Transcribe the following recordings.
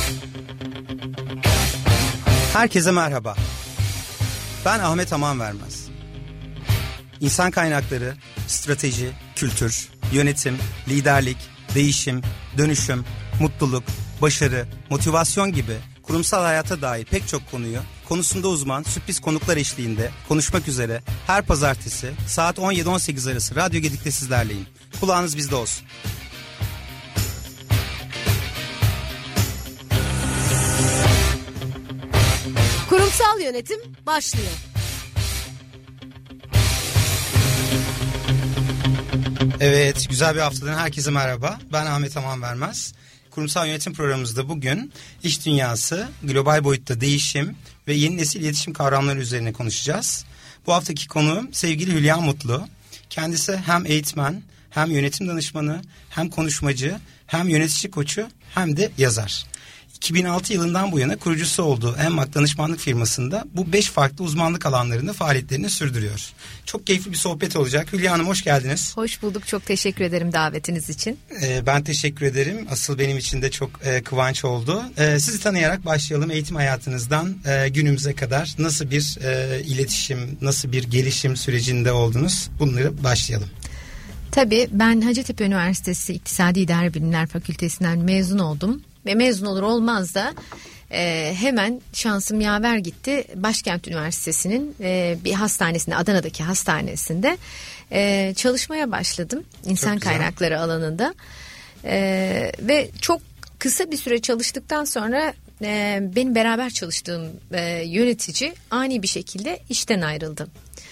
Herkese merhaba. Ben Ahmet Amanvermez. İnsan kaynakları, strateji, kültür, yönetim, liderlik, değişim, dönüşüm, mutluluk, başarı, motivasyon gibi kurumsal hayata dair pek çok konuyu konusunda uzman sürpriz konuklar eşliğinde konuşmak üzere her pazartesi saat 17-18 arası Radyo Gedik'te sizlerleyim. Kulağınız bizde olsun. Kurumsal yönetim başlıyor. Evet, güzel bir haftadan herkese merhaba. Ben Ahmet Amanvermez. Kurumsal yönetim programımızda bugün iş dünyası, global boyutta değişim ve yeni nesil iletişim kavramları üzerine konuşacağız. Bu haftaki konuğum sevgili Hülya Mutlu. Kendisi hem eğitmen, hem yönetim danışmanı, hem konuşmacı, hem yönetici koçu, hem de yazar. 2006 yılından bu yana kurucusu olduğu Enmak danışmanlık firmasında bu 5 farklı uzmanlık alanlarında faaliyetlerini sürdürüyor. Çok keyifli bir sohbet olacak. Hülya Hanım hoş geldiniz. Hoş bulduk. Çok teşekkür ederim davetiniz için. Ben teşekkür ederim. Asıl benim için de çok kıvanç oldu. Sizi tanıyarak başlayalım. Eğitim hayatınızdan günümüze kadar nasıl bir iletişim, nasıl bir gelişim sürecinde oldunuz? Bunları başlayalım. Tabii ben Hacettepe Üniversitesi İktisadi İdari Bilimler Fakültesinden mezun oldum. Ve mezun olur olmaz da hemen şansım yaver gitti. Başkent Üniversitesi'nin bir hastanesinde, Adana'daki hastanesinde çalışmaya başladım. İnsan kaynakları alanında. Ve çok kısa bir süre çalıştıktan sonra benim beraber çalıştığım yönetici ani bir şekilde işten ayrıldı.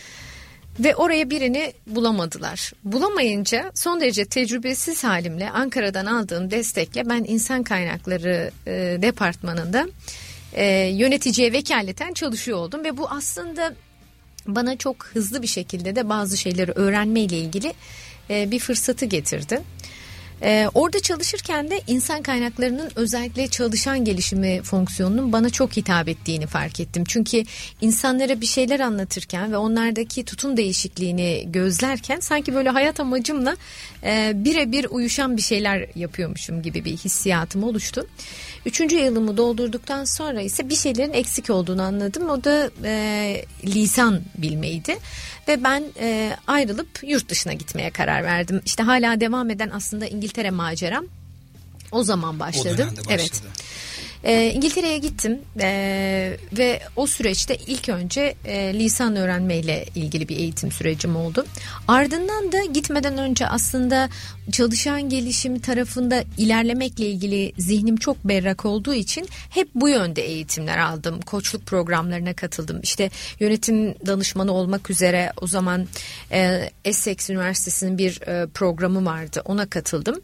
Ve oraya birini bulamadılar. Bulamayınca son derece tecrübesiz halimle Ankara'dan aldığım destekle ben insan kaynakları departmanında yöneticiye vekaleten çalışıyor oldum. Ve bu aslında bana çok hızlı bir şekilde de bazı şeyleri öğrenmeyle ilgili bir fırsatı getirdi. Orada çalışırken de insan kaynaklarının özellikle çalışan gelişimi fonksiyonunun bana çok hitap ettiğini fark ettim. Çünkü insanlara bir şeyler anlatırken ve onlardaki tutum değişikliğini gözlerken sanki böyle hayat amacımla birebir uyuşan bir şeyler yapıyormuşum gibi bir hissiyatım oluştu. 3. yılımı doldurduktan sonra ise bir şeylerin eksik olduğunu anladım. O da lisan bilmeydi. Ve ben ayrılıp yurt dışına gitmeye karar verdim. İşte hala devam eden aslında İngiltere maceram o zaman başladı. O dönemde başladı. Evet. İngiltere'ye gittim ve o süreçte ilk önce lisan öğrenmeyle ilgili bir eğitim sürecim oldu. Ardından da gitmeden önce aslında çalışan gelişimi tarafında ilerlemekle ilgili zihnim çok berrak olduğu için hep bu yönde eğitimler aldım. Koçluk programlarına katıldım. İşte yönetim danışmanı olmak üzere o zaman Essex Üniversitesi'nin bir programı vardı. Ona katıldım.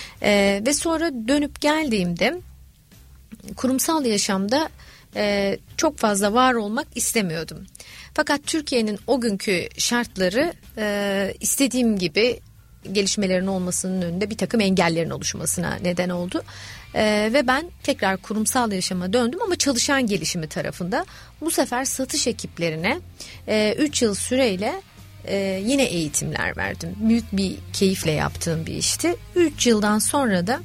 Ve sonra dönüp geldiğimde kurumsal yaşamda çok fazla var olmak istemiyordum. Fakat Türkiye'nin o günkü şartları istediğim gibi gelişmelerin olmasının önünde bir takım engellerin oluşmasına neden oldu. Ve ben tekrar kurumsal yaşama döndüm ama çalışan gelişimi tarafında bu sefer satış ekiplerine 3 yıl süreyle yine eğitimler verdim. Büyük bir keyifle yaptığım bir işti. 3 yıldan sonra da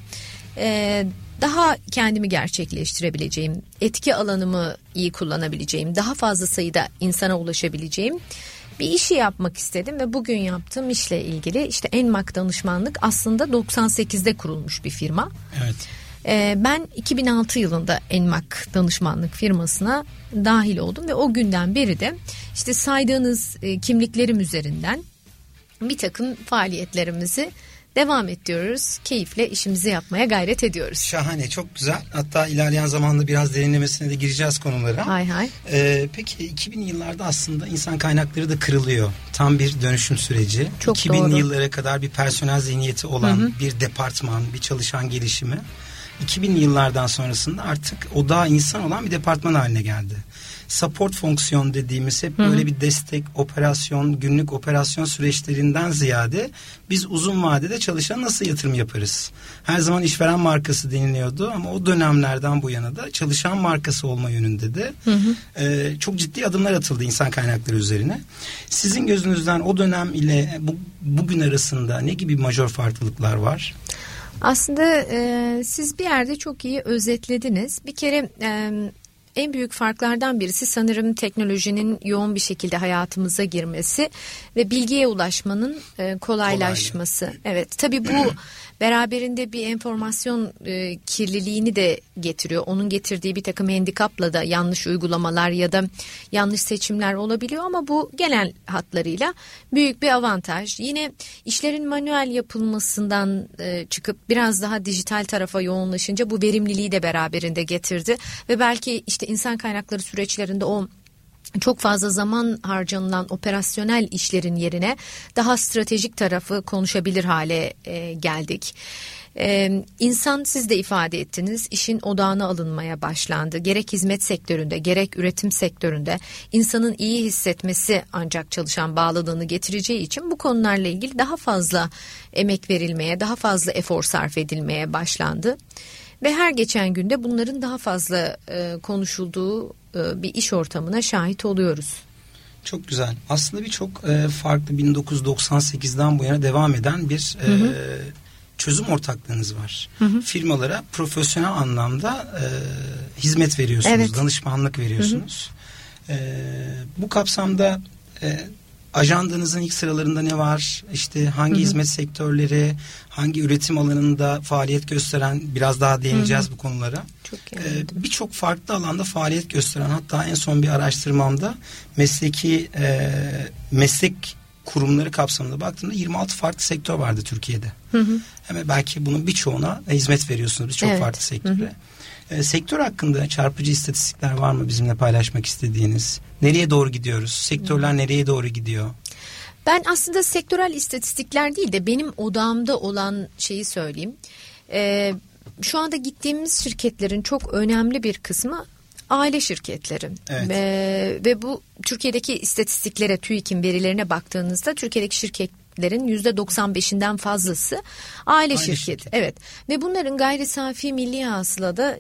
daha kendimi gerçekleştirebileceğim, etki alanımı iyi kullanabileceğim, daha fazla sayıda insana ulaşabileceğim bir işi yapmak istedim ve bugün yaptığım işle ilgili işte Enmak Danışmanlık aslında 98'de kurulmuş bir firma. Evet. Ben 2006 yılında Enmak Danışmanlık firmasına dahil oldum ve o günden beri de işte saydığınız kimliklerim üzerinden bir takım faaliyetlerimizi devam ediyoruz. Keyifle işimizi yapmaya gayret ediyoruz. Şahane, çok güzel. Hatta ilerleyen zamanda biraz derinlemesine de gireceğiz konulara. Hay hay. Peki 2000'li yıllarda aslında insan kaynakları da kırılıyor. Tam bir dönüşüm süreci. Çok 2000'li doğru. yıllara kadar bir personel zihniyeti olan bir departman, bir çalışan gelişimi. 2000'li yıllardan sonrasında artık odağı insan olan bir departman haline geldi. Support fonksiyon dediğimiz hep böyle bir destek, operasyon, günlük operasyon süreçlerinden ziyade biz uzun vadede çalışana nasıl yatırım yaparız? Her zaman işveren markası deniliyordu ama o dönemlerden bu yana da çalışan markası olma yönünde de çok ciddi adımlar atıldı insan kaynakları üzerine. Sizin gözünüzden o dönem ile bugün arasında ne gibi majör farklılıklar var? Aslında siz bir yerde çok iyi özetlediniz. Bir kere en büyük farklardan birisi sanırım teknolojinin yoğun bir şekilde hayatımıza girmesi ve bilgiye ulaşmanın kolaylaşması. Evet, tabii bu beraberinde bir enformasyon kirliliğini de getiriyor. Onun getirdiği bir takım handikapla da yanlış uygulamalar ya da yanlış seçimler olabiliyor ama bu genel hatlarıyla büyük bir avantaj. Yine işlerin manuel yapılmasından çıkıp biraz daha dijital tarafa yoğunlaşınca bu verimliliği de beraberinde getirdi ve belki işte insan kaynakları süreçlerinde o çok fazla zaman harcanılan operasyonel işlerin yerine daha stratejik tarafı konuşabilir hale geldik. İnsan, siz de ifade ettiniz, işin odağına alınmaya başlandı. Gerek hizmet sektöründe gerek üretim sektöründe insanın iyi hissetmesi ancak çalışan bağlılığını getireceği için bu konularla ilgili daha fazla emek verilmeye, daha fazla efor sarf edilmeye başlandı. Ve her geçen günde bunların daha fazla konuşulduğu bir iş ortamına şahit oluyoruz. Çok güzel. Aslında birçok farklı 1998'den bu yana devam eden bir çözüm ortaklığınız var. Firmalara profesyonel anlamda hizmet veriyorsunuz, evet, danışmanlık veriyorsunuz. Bu kapsamda ajandanızın ilk sıralarında ne var? İşte hangi hizmet sektörleri, hangi üretim alanında faaliyet gösteren, biraz daha değineceğiz bu konulara. Birçok farklı alanda faaliyet gösteren, hatta en son bir araştırmamda meslek kurumları kapsamında baktığımda 26 farklı sektör vardı Türkiye'de. Hemen belki bunun birçoğuna hizmet veriyorsunuz, çok farklı sektöre. Sektör hakkında çarpıcı istatistikler var mı bizimle paylaşmak istediğiniz? Nereye doğru gidiyoruz? Sektörler nereye doğru gidiyor? Ben aslında sektörel istatistikler değil de benim odağımda olan şeyi söyleyeyim. Şu anda gittiğimiz şirketlerin çok önemli bir kısmı aile şirketleri. Evet. Ve bu Türkiye'deki istatistiklere, TÜİK'in verilerine baktığınızda Türkiye'deki şirketlerin %95'inden fazlası aile şirketi. Evet. Ve bunların gayri safi milli hasılada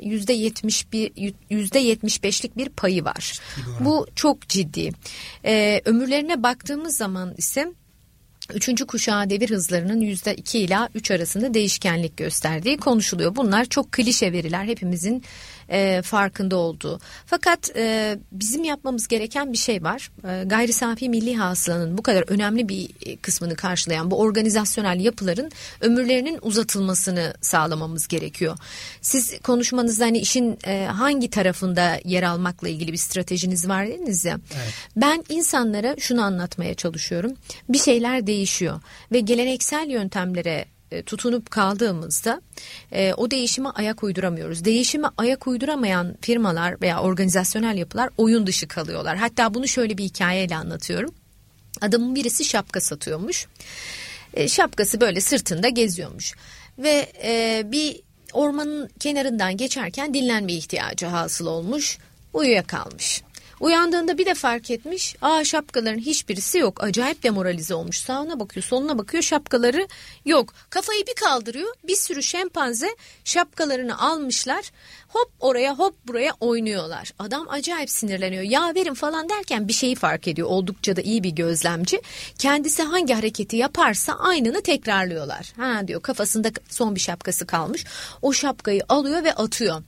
%75'lik bir payı var. Bu çok ciddi. Ömürlerine baktığımız zaman ise 3. kuşağı devir hızlarının %2 ila 3 arasında değişkenlik gösterdiği konuşuluyor. Bunlar çok klişe veriler, hepimizin farkında olduğu. Fakat bizim yapmamız gereken bir şey var. Gayri safi milli hasılanın bu kadar önemli bir kısmını karşılayan bu organizasyonel yapıların ömürlerinin uzatılmasını sağlamamız gerekiyor. Siz konuşmanızda hani işin hangi tarafında yer almakla ilgili bir stratejiniz var dediniz ya. Evet. Ben insanlara şunu anlatmaya çalışıyorum. Bir şeyler değişiyor ve geleneksel yöntemlere tutunup kaldığımızda o değişime ayak uyduramıyoruz. Değişime ayak uyduramayan firmalar veya organizasyonel yapılar oyun dışı kalıyorlar. Hatta bunu şöyle bir hikayeyle anlatıyorum. Adamın birisi şapka satıyormuş. Şapkası böyle sırtında geziyormuş. Ve bir ormanın kenarından geçerken dinlenme ihtiyacı hasıl olmuş. Uyuyakalmış. Uyandığında bir de fark etmiş. Şapkaların hiçbirisi yok. Acayip demoralize olmuş. Sağına bakıyor, soluna bakıyor. Şapkaları yok. Kafayı bir kaldırıyor. Bir sürü şempanze şapkalarını almışlar. Hop oraya hop buraya oynuyor. Adam acayip sinirleniyor. Ya verin falan derken bir şeyi fark ediyor. Oldukça da iyi bir gözlemci. Kendisi hangi hareketi yaparsa aynını tekrarlıyorlar. Diyor, kafasında son bir şapkası kalmış. O şapkayı alıyor ve atıyor.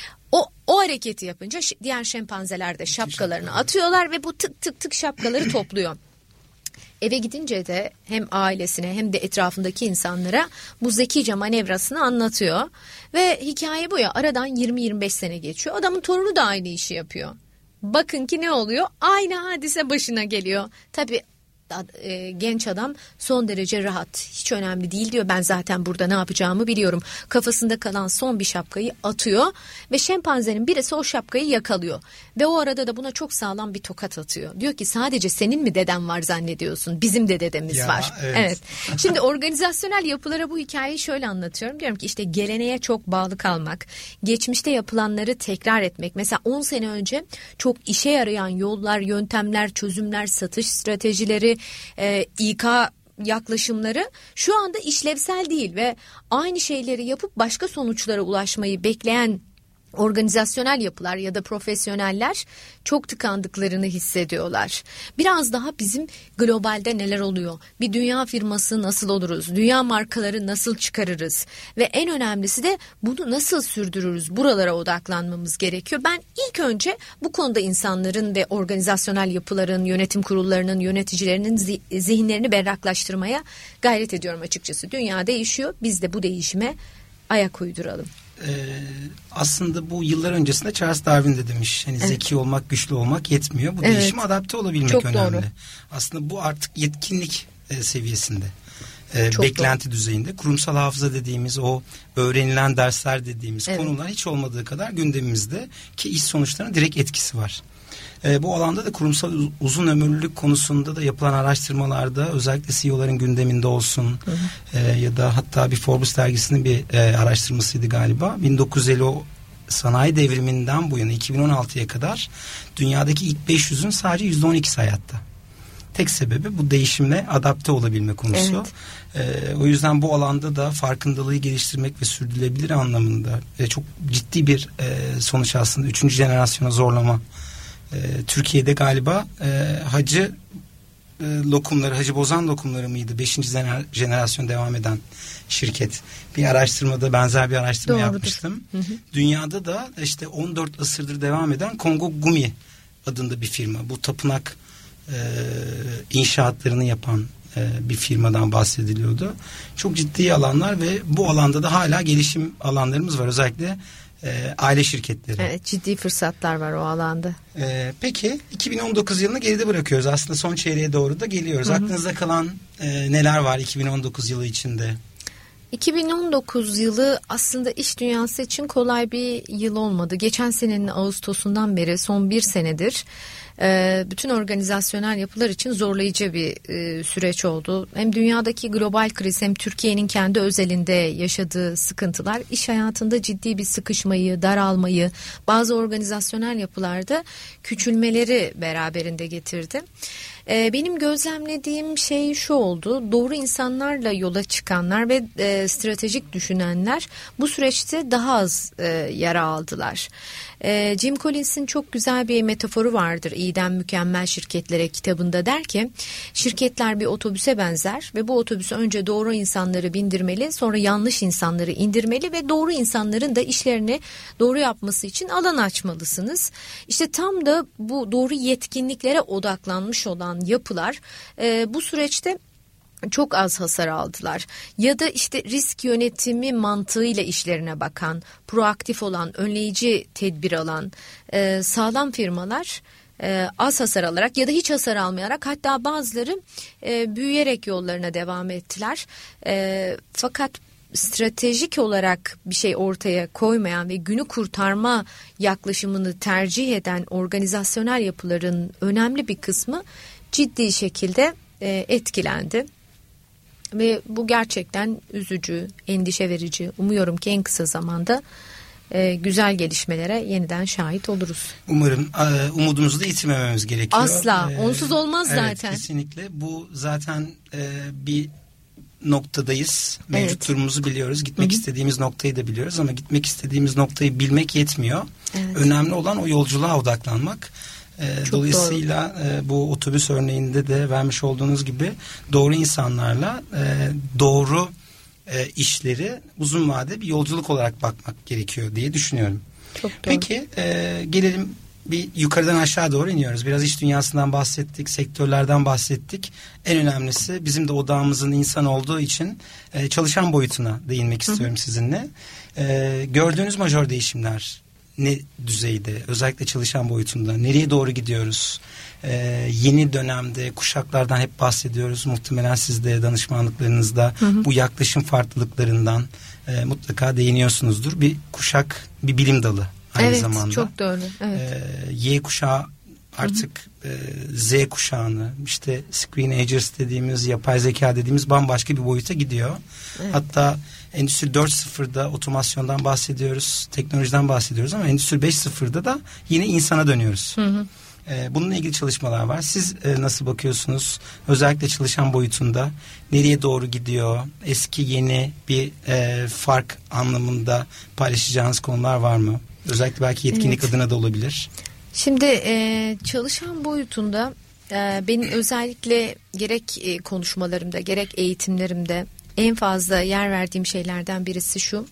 O hareketi yapınca diğer şempanzeler de şapkalarını atıyorlar ve bu tık tık tık şapkaları topluyor. Eve gidince de hem ailesine hem de etrafındaki insanlara bu zekice manevrasını anlatıyor. Ve hikaye bu ya, aradan 20-25 sene geçiyor. Adamın torunu da aynı işi yapıyor. Bakın ki ne oluyor? Aynı hadise başına geliyor. Tabii genç adam son derece rahat, hiç önemli değil diyor, ben zaten burada ne yapacağımı biliyorum. Kafasında kalan son bir şapkayı atıyor ve şempanzenin birisi o şapkayı yakalıyor ve o arada da buna çok sağlam bir tokat atıyor. Diyor ki sadece senin mi deden var zannediyorsun, bizim de dedemiz var. Evet. Şimdi organizasyonel yapılara bu hikayeyi şöyle anlatıyorum, diyorum ki işte geleneğe çok bağlı kalmak, geçmişte yapılanları tekrar etmek. Mesela 10 sene önce çok işe yarayan yollar, yöntemler, çözümler, satış stratejileri, İK yaklaşımları şu anda işlevsel değil ve aynı şeyleri yapıp başka sonuçlara ulaşmayı bekleyen organizasyonel yapılar ya da profesyoneller çok tıkandıklarını hissediyorlar. Biraz daha bizim globalde neler oluyor? Bir dünya firması nasıl oluruz? Dünya markaları nasıl çıkarırız? Ve en önemlisi de bunu nasıl sürdürürüz? Buralara odaklanmamız gerekiyor. Ben ilk önce bu konuda insanların ve organizasyonel yapıların, yönetim kurullarının, yöneticilerinin zihinlerini berraklaştırmaya gayret ediyorum açıkçası. Dünya değişiyor. Biz de bu değişime ayak uyduralım. Aslında bu yıllar öncesinde Charles Darwin de demiş. Hani zeki olmak, güçlü olmak yetmiyor. Bu değişime adapte olabilmek çok önemli. Doğru. Aslında bu artık yetkinlik seviyesinde. Beklenti doğru. Düzeyinde. Kurumsal hafıza dediğimiz, o öğrenilen dersler dediğimiz konular hiç olmadığı kadar gündemimizde ki iş sonuçlarına direkt etkisi var. Bu alanda da kurumsal uzun ömürlülük konusunda da yapılan araştırmalarda özellikle CEO'ların gündeminde olsun ya da hatta bir Forbes dergisinin bir araştırmasıydı galiba. 1950 sanayi devriminden bu yana 2016'ya kadar dünyadaki ilk 500'ün sadece %12'si hayatta. Tek sebebi bu değişimle adapte olabilme konusu. O yüzden bu alanda da farkındalığı geliştirmek ve sürdürülebilir anlamında çok ciddi bir sonuç aslında 3. jenerasyona zorlama. Türkiye'de galiba hacı lokumları, hacı bozan lokumları mıydı? 5. jenerasyon devam eden şirket. Bir araştırmada benzer bir araştırma Doğrudur. Yapmıştım. Hı hı. Dünyada da işte 14 asırdır devam eden Kongo Gumi adında bir firma. Bu tapınak inşaatlarını yapan bir firmadan bahsediliyordu. Çok ciddi alanlar ve bu alanda da hala gelişim alanlarımız var. Özellikle aile şirketleri. Evet, ciddi fırsatlar var o alanda. Peki 2019 yılını geride bırakıyoruz. Aslında son çeyreğe doğru da geliyoruz. Hı hı. Aklınızda kalan neler var 2019 yılı içinde? 2019 yılı aslında iş dünyası için kolay bir yıl olmadı. Geçen senenin Ağustos'undan beri son bir senedir bütün organizasyonel yapılar için zorlayıcı bir süreç oldu. Hem dünyadaki global kriz hem Türkiye'nin kendi özelinde yaşadığı sıkıntılar iş hayatında ciddi bir sıkışmayı, daralmayı, bazı organizasyonel yapılarda küçülmeleri beraberinde getirdi. Benim gözlemlediğim şey şu oldu. Doğru insanlarla yola çıkanlar ve stratejik düşünenler bu süreçte daha az yara aldılar. Jim Collins'in çok güzel bir metaforu vardır. İyiden Mükemmel Şirketlere kitabında der ki şirketler bir otobüse benzer ve bu otobüse önce doğru insanları bindirmeli, sonra yanlış insanları indirmeli ve doğru insanların da işlerini doğru yapması için alan açmalısınız. İşte tam da bu doğru yetkinliklere odaklanmış olan yapılar bu süreçte çok az hasar aldılar. Ya da işte risk yönetimi mantığıyla işlerine bakan, proaktif olan, önleyici tedbir alan sağlam firmalar az hasar alarak ya da hiç hasar almayarak, hatta bazıları büyüyerek yollarına devam ettiler. Fakat stratejik olarak bir şey ortaya koymayan ve günü kurtarma yaklaşımını tercih eden organizasyonel yapıların önemli bir kısmı ciddi şekilde etkilendi. Ve bu gerçekten üzücü, endişe verici. Umuyorum ki en kısa zamanda güzel gelişmelere yeniden şahit oluruz. Umarım umudumuzu da yitirmememiz gerekiyor. Asla. Onsuz olmaz zaten. Evet, kesinlikle. Bu zaten bir noktadayız. Mevcut durumumuzu biliyoruz. Gitmek istediğimiz noktayı da biliyoruz ama gitmek istediğimiz noktayı bilmek yetmiyor. Evet. Önemli olan o yolculuğa odaklanmak. Dolayısıyla bu otobüs örneğinde de vermiş olduğunuz gibi doğru insanlarla doğru işleri uzun vade bir yolculuk olarak bakmak gerekiyor diye düşünüyorum. Çok doğru. Peki gelelim bir yukarıdan aşağı doğru iniyoruz. Biraz iş dünyasından bahsettik, sektörlerden bahsettik. En önemlisi bizim de odağımızın insan olduğu için çalışan boyutuna değinmek istiyorum sizinle. Gördüğünüz majör değişimler ne düzeyde, özellikle çalışan boyutunda nereye doğru gidiyoruz? Yeni dönemde kuşaklardan hep bahsediyoruz. Muhtemelen siz de danışmanlıklarınızda bu yaklaşım farklılıklarından mutlaka değiniyorsunuzdur. Bir kuşak, bir bilim dalı aynı zamanda. Evet, çok doğru. Evet. Y kuşağı artık Z kuşağını, işte screen agers dediğimiz, yapay zeka dediğimiz bambaşka bir boyuta gidiyor. Evet. Hatta Endüstri 4.0'da otomasyondan bahsediyoruz, teknolojiden bahsediyoruz ama Endüstri 5.0'da da yine insana dönüyoruz. Bununla ilgili çalışmalar var. Siz nasıl bakıyorsunuz? Özellikle çalışan boyutunda nereye doğru gidiyor? Eski yeni bir fark anlamında paylaşacağınız konular var mı? Özellikle belki yetkinlik adına da olabilir. Şimdi çalışan boyutunda benim özellikle gerek konuşmalarımda gerek eğitimlerimde en fazla yer verdiğim şeylerden birisi şu.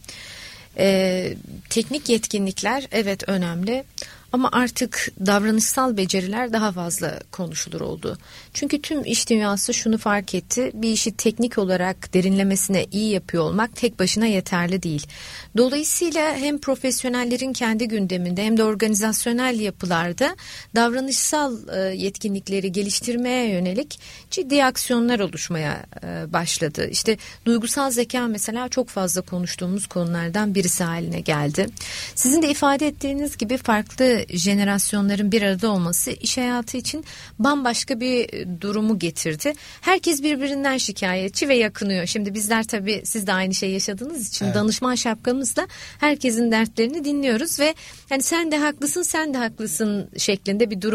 Teknik yetkinlikler evet önemli ama artık davranışsal beceriler daha fazla konuşulur oldu. Çünkü tüm iş dünyası şunu fark etti: bir işi teknik olarak derinlemesine iyi yapıyor olmak tek başına yeterli değil. Dolayısıyla hem profesyonellerin kendi gündeminde hem de organizasyonel yapılarda davranışsal yetkinlikleri geliştirmeye yönelik ciddi aksiyonlar oluşmaya başladı. İşte duygusal zeka mesela çok fazla konuştuğumuz konulardan birisi haline geldi. Sizin de ifade ettiğiniz gibi farklı jenerasyonların bir arada olması iş hayatı için bambaşka bir durumu getirdi. Herkes birbirinden şikayetçi ve yakınıyor. Şimdi bizler tabii siz de aynı şeyi yaşadığınız için danışman şapkamızla herkesin dertlerini dinliyoruz ve yani sen de haklısın şeklinde bir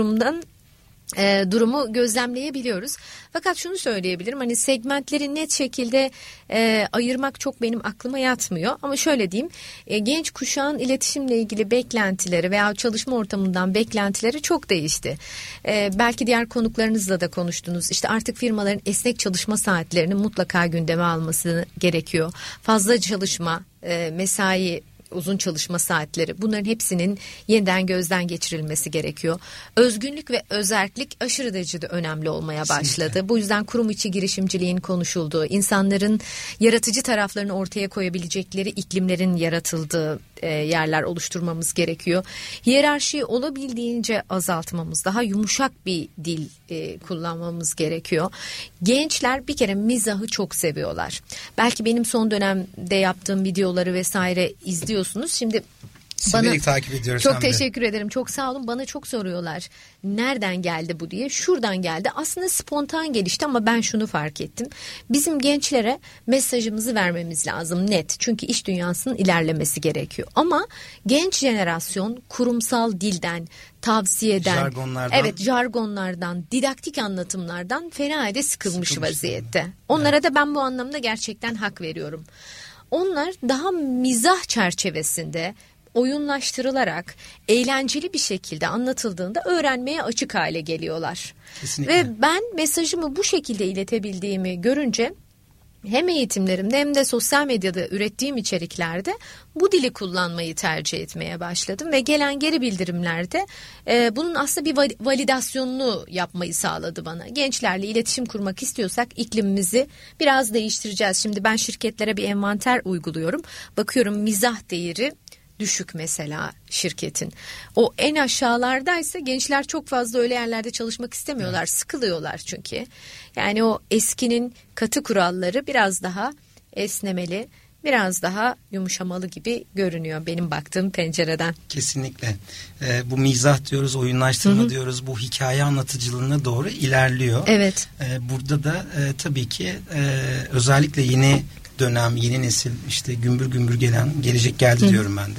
durumu gözlemleyebiliyoruz. Fakat şunu söyleyebilirim, hani segmentleri net şekilde ayırmak çok benim aklıma yatmıyor. Ama şöyle diyeyim, genç kuşağın iletişimle ilgili beklentileri veya çalışma ortamından beklentileri çok değişti. Belki diğer konuklarınızla da konuştunuz. İşte artık firmaların esnek çalışma saatlerini mutlaka gündeme alması gerekiyor. Fazla çalışma, mesai, uzun çalışma saatleri, bunların hepsinin yeniden gözden geçirilmesi gerekiyor. Özgünlük ve özerklik aşırı derecede önemli olmaya başladı. Kesinlikle. Bu yüzden kurum içi girişimciliğin konuşulduğu, insanların yaratıcı taraflarını ortaya koyabilecekleri iklimlerin yaratıldığı yerler oluşturmamız gerekiyor. Hiyerarşiyi olabildiğince azaltmamız, daha yumuşak bir dil kullanmamız gerekiyor. Gençler bir kere mizahı çok seviyorlar. Belki benim son dönemde yaptığım videoları vesaire izliyorsunuz. Şimdi Severek takip ediyoruz. Çok teşekkür ederim. Çok sağ olun. Bana çok soruyorlar. Nereden geldi bu diye. Şuradan geldi. Aslında spontan gelişti ama ben şunu fark ettim. Bizim gençlere mesajımızı vermemiz lazım net. Çünkü iş dünyasının ilerlemesi gerekiyor. Ama genç jenerasyon kurumsal dilden, tavsiyeden, jargonlardan, didaktik anlatımlardan fena halde sıkılmış vaziyette. Onlara da ben bu anlamda gerçekten hak veriyorum. Onlar daha mizah çerçevesinde oyunlaştırılarak eğlenceli bir şekilde anlatıldığında öğrenmeye açık hale geliyorlar. Kesinlikle. Ve ben mesajımı bu şekilde iletebildiğimi görünce hem eğitimlerimde hem de sosyal medyada ürettiğim içeriklerde bu dili kullanmayı tercih etmeye başladım ve gelen geri bildirimlerde bunun aslında bir validasyonunu yapmayı sağladı bana. Gençlerle iletişim kurmak istiyorsak iklimimizi biraz değiştireceğiz. Şimdi ben şirketlere bir envanter uyguluyorum. Bakıyorum mizah değeri düşük mesela şirketin. O en aşağılardaysa gençler çok fazla öyle yerlerde çalışmak istemiyorlar. Evet. Sıkılıyorlar çünkü. Yani o eskinin katı kuralları biraz daha esnemeli, biraz daha yumuşamalı gibi görünüyor benim baktığım pencereden. Kesinlikle. Bu mizah diyoruz, oyunlaştırma diyoruz. Bu hikaye anlatıcılığına doğru ilerliyor. Evet. Burada da tabii ki özellikle yeni dönem, yeni nesil, işte gümbür gümbür gelecek geldi diyorum ben de.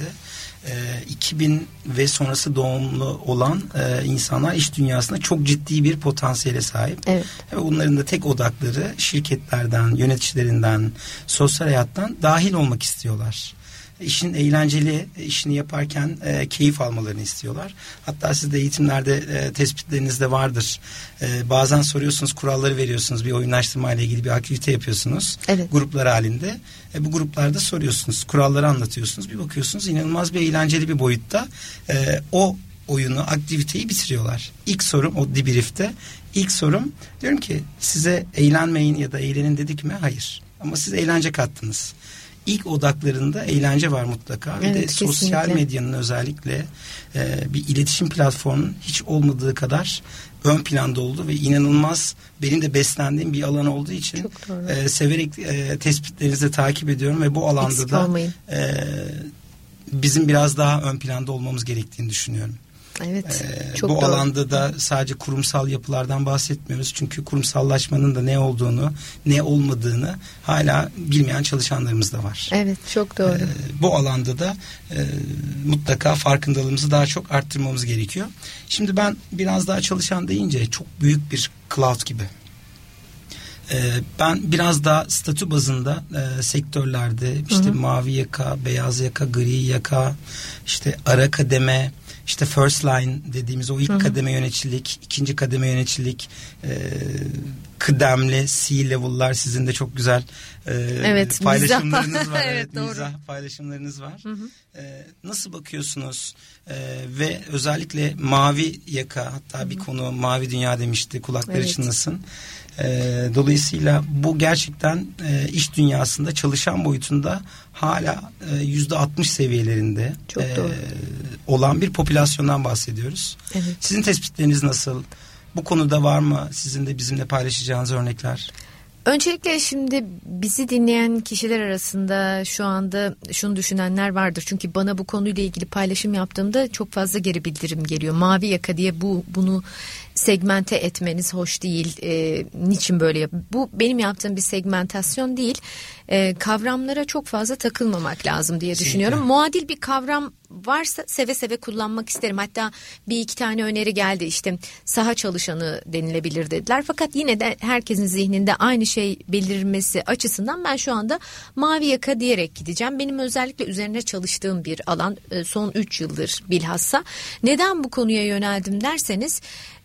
2000 ve sonrası doğumlu olan insanlar iş dünyasında çok ciddi bir potansiyele sahip. Evet. Ve bunların da tek odakları şirketlerden, yöneticilerinden, sosyal hayattan dahil olmak istiyorlar. İşin eğlenceli, işini yaparken keyif almalarını istiyorlar. Hatta siz de eğitimlerde tespitlerinizde vardır. Bazen soruyorsunuz, kuralları veriyorsunuz. Bir oyunlaştırma ile ilgili bir aktivite yapıyorsunuz. Evet. Gruplar halinde. Bu gruplarda soruyorsunuz, kuralları anlatıyorsunuz. Bir bakıyorsunuz inanılmaz bir eğlenceli bir boyutta o oyunu, aktiviteyi bitiriyorlar. İlk sorum o debrief'te. İlk sorum, diyorum ki size eğlenmeyin ya da eğlenin dedik mi? Hayır. Ama siz eğlence kattınız. İlk odaklarında eğlence var mutlaka. Evet, ve de sosyal kesinlikle. Medyanın özellikle bir iletişim platformunun hiç olmadığı kadar ön planda oldu ve inanılmaz benim de beslendiğim bir alan olduğu için severek tespitlerinizi takip ediyorum ve bu alanda eksik da bizim biraz daha ön planda olmamız gerektiğini düşünüyorum. Evet, çok bu doğru. Alanda da sadece kurumsal yapılardan bahsetmiyoruz. Çünkü kurumsallaşmanın da ne olduğunu, ne olmadığını hala bilmeyen çalışanlarımız da var. Evet, çok doğru. Bu alanda da mutlaka farkındalığımızı daha çok arttırmamız gerekiyor. Şimdi ben biraz daha çalışan deyince çok büyük bir cloud gibi. Ben biraz daha statü bazında sektörlerde işte mavi yaka, beyaz yaka, gri yaka, işte ara kademe, işte first line dediğimiz o ilk kademe yöneticilik, ikinci kademe yöneticilik, kıdemli C-level'lar, sizin de çok güzel evet, paylaşımlarınız var. Evet, doğru. Mizah paylaşımlarınız var. Nasıl bakıyorsunuz? Ve özellikle mavi yaka, hatta bir konu mavi dünya demişti, kulakları çınlasın. Dolayısıyla bu gerçekten iş dünyasında çalışan boyutunda hala %60 seviyelerinde olan bir popülasyondan bahsediyoruz. Evet. Sizin tespitleriniz nasıl? Bu konuda var mı sizin de bizimle paylaşacağınız örnekler? Öncelikle şimdi bizi dinleyen kişiler arasında şu anda şunu düşünenler vardır. Çünkü bana bu konuyla ilgili paylaşım yaptığımda çok fazla geri bildirim geliyor. Mavi yaka diye bunu segmente etmeniz hoş değil. Niçin böyle bu benim yaptığım bir segmentasyon değil. Kavramlara çok fazla takılmamak lazım diye düşünüyorum. Muadil bir kavram varsa seve seve kullanmak isterim. Hatta bir iki tane öneri geldi, işte saha çalışanı denilebilir dediler. Fakat yine de herkesin zihninde aynı şey belirmesi açısından ben şu anda mavi yaka diyerek gideceğim. Benim özellikle üzerine çalıştığım bir alan, son 3 yıldır bilhassa. Neden bu konuya yöneldim derseniz,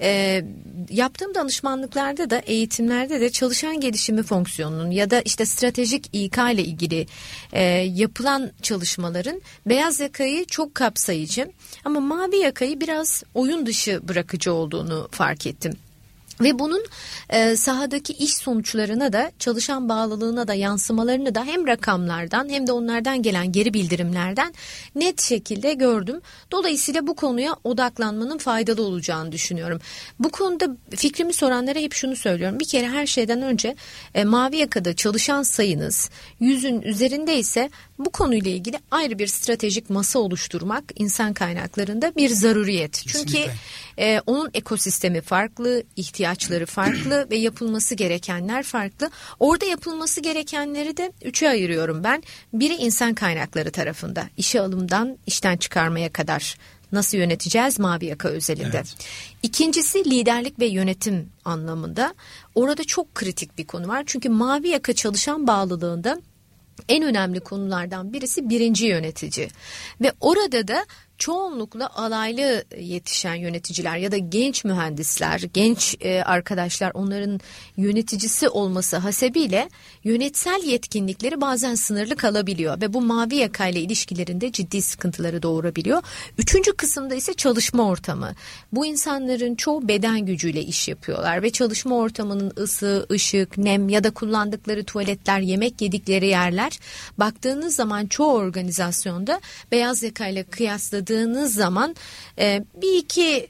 yaptığım danışmanlıklarda da, eğitimlerde de çalışan gelişimi fonksiyonunun ya da işte stratejik İK ile ilgili yapılan çalışmaların beyaz yakayı çok kapsayıcı ama mavi yakayı biraz oyun dışı bırakıcı olduğunu fark ettim. Ve bunun sahadaki iş sonuçlarına da, çalışan bağlılığına da yansımalarını da hem rakamlardan hem de onlardan gelen geri bildirimlerden net şekilde gördüm. Dolayısıyla bu konuya odaklanmanın faydalı olacağını düşünüyorum. Bu konuda fikrimi soranlara hep şunu söylüyorum. Bir kere her şeyden önce mavi yakada çalışan sayınız 100'ün üzerindeyse bu konuyla ilgili ayrı bir stratejik masa oluşturmak insan kaynaklarında bir zaruriyet. Kesinlikle. Çünkü onun ekosistemi farklı, ihtiyaçları farklı ve yapılması gerekenler farklı. Orada yapılması gerekenleri de 3'e ayırıyorum ben. Biri insan kaynakları tarafında, işe alımdan işten çıkarmaya kadar nasıl yöneteceğiz mavi yaka özelinde. Evet. İkincisi liderlik ve yönetim anlamında. Orada çok kritik bir konu var. Çünkü mavi yaka çalışan bağlılığında en önemli konulardan birisi birinci yönetici. Ve orada da çoğunlukla alaylı yetişen yöneticiler ya da genç mühendisler, genç arkadaşlar, onların yöneticisi olması hasebiyle yönetsel yetkinlikleri bazen sınırlı kalabiliyor ve bu mavi yakayla ilişkilerinde ciddi sıkıntıları doğurabiliyor. Üçüncü kısımda ise çalışma ortamı. Bu insanların çoğu beden gücüyle iş yapıyorlar ve çalışma ortamının ısı, ışık, nem ya da kullandıkları tuvaletler, yemek yedikleri yerler, baktığınız zaman çoğu organizasyonda beyaz yakayla kıyasladığınız zaman bir iki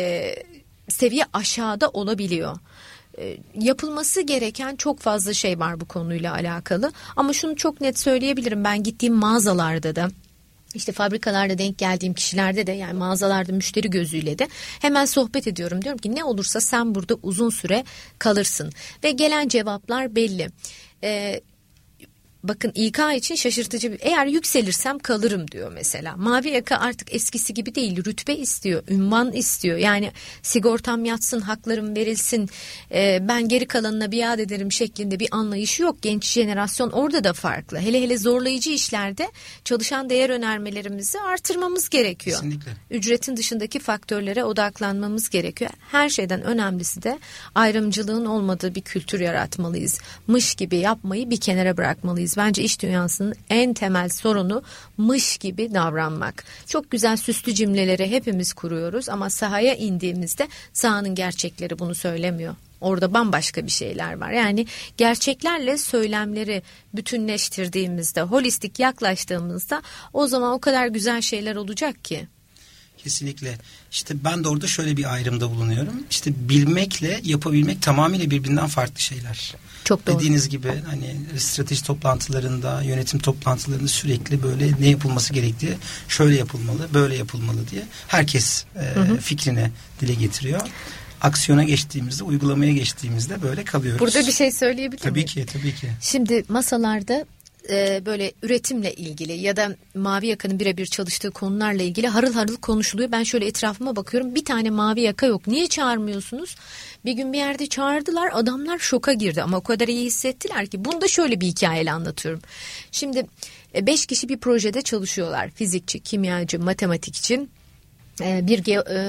seviye aşağıda olabiliyor. Yapılması gereken çok fazla şey var bu konuyla alakalı. Ama şunu çok net söyleyebilirim. Ben gittiğim mağazalarda da, İşte fabrikalarda denk geldiğim kişilerde de, yani mağazalarda müşteri gözüyle de hemen sohbet ediyorum. Diyorum ki ne olursa sen burada uzun süre kalırsın. Ve gelen cevaplar belli. Bakın İK için şaşırtıcı eğer yükselirsem kalırım diyor mesela. Mavi yaka artık eskisi gibi değil, rütbe istiyor, ünvan istiyor. Yani sigortam yatsın, haklarım verilsin, ben geri kalanına biat ederim şeklinde bir anlayışı yok. Genç jenerasyon orada da farklı. Hele hele zorlayıcı işlerde çalışan değer önermelerimizi artırmamız gerekiyor. Kesinlikle. Ücretin dışındaki faktörlere odaklanmamız gerekiyor. Her şeyden önemlisi de ayrımcılığın olmadığı bir kültür yaratmalıyız. Mış gibi yapmayı bir kenara bırakmalıyız. Bence iş dünyasının en temel sorunu mış gibi davranmak. Çok güzel süslü cümleleri hepimiz kuruyoruz ama sahaya indiğimizde sahanın gerçekleri bunu söylemiyor. Orada bambaşka bir şeyler var. Yani gerçeklerle söylemleri bütünleştirdiğimizde, holistik yaklaştığımızda o zaman o kadar güzel şeyler olacak ki. Kesinlikle. İşte ben de orada şöyle bir ayrımda bulunuyorum. İşte bilmekle yapabilmek tamamıyla birbirinden farklı şeyler. Çok doğru. Dediğiniz gibi hani strateji toplantılarında, yönetim toplantılarında sürekli böyle ne yapılması gerektiği, şöyle yapılmalı, böyle yapılmalı diye herkes fikrini dile getiriyor. Aksiyona geçtiğimizde, uygulamaya geçtiğimizde böyle kalıyoruz. Burada bir şey söyleyebilir miyim? Tabii ki. Şimdi masalarda böyle üretimle ilgili ya da mavi yakanın birebir çalıştığı konularla ilgili harıl harıl konuşuluyor. Ben şöyle etrafıma bakıyorum, bir tane mavi yaka yok. Niye çağırmıyorsunuz? Bir gün bir yerde çağırdılar, adamlar şoka girdi ama o kadar iyi hissettiler ki. Bunu da şöyle bir hikayeyle anlatıyorum. Şimdi 5 kişi bir projede çalışıyorlar. Fizikçi, kimyacı, matematikçi, bir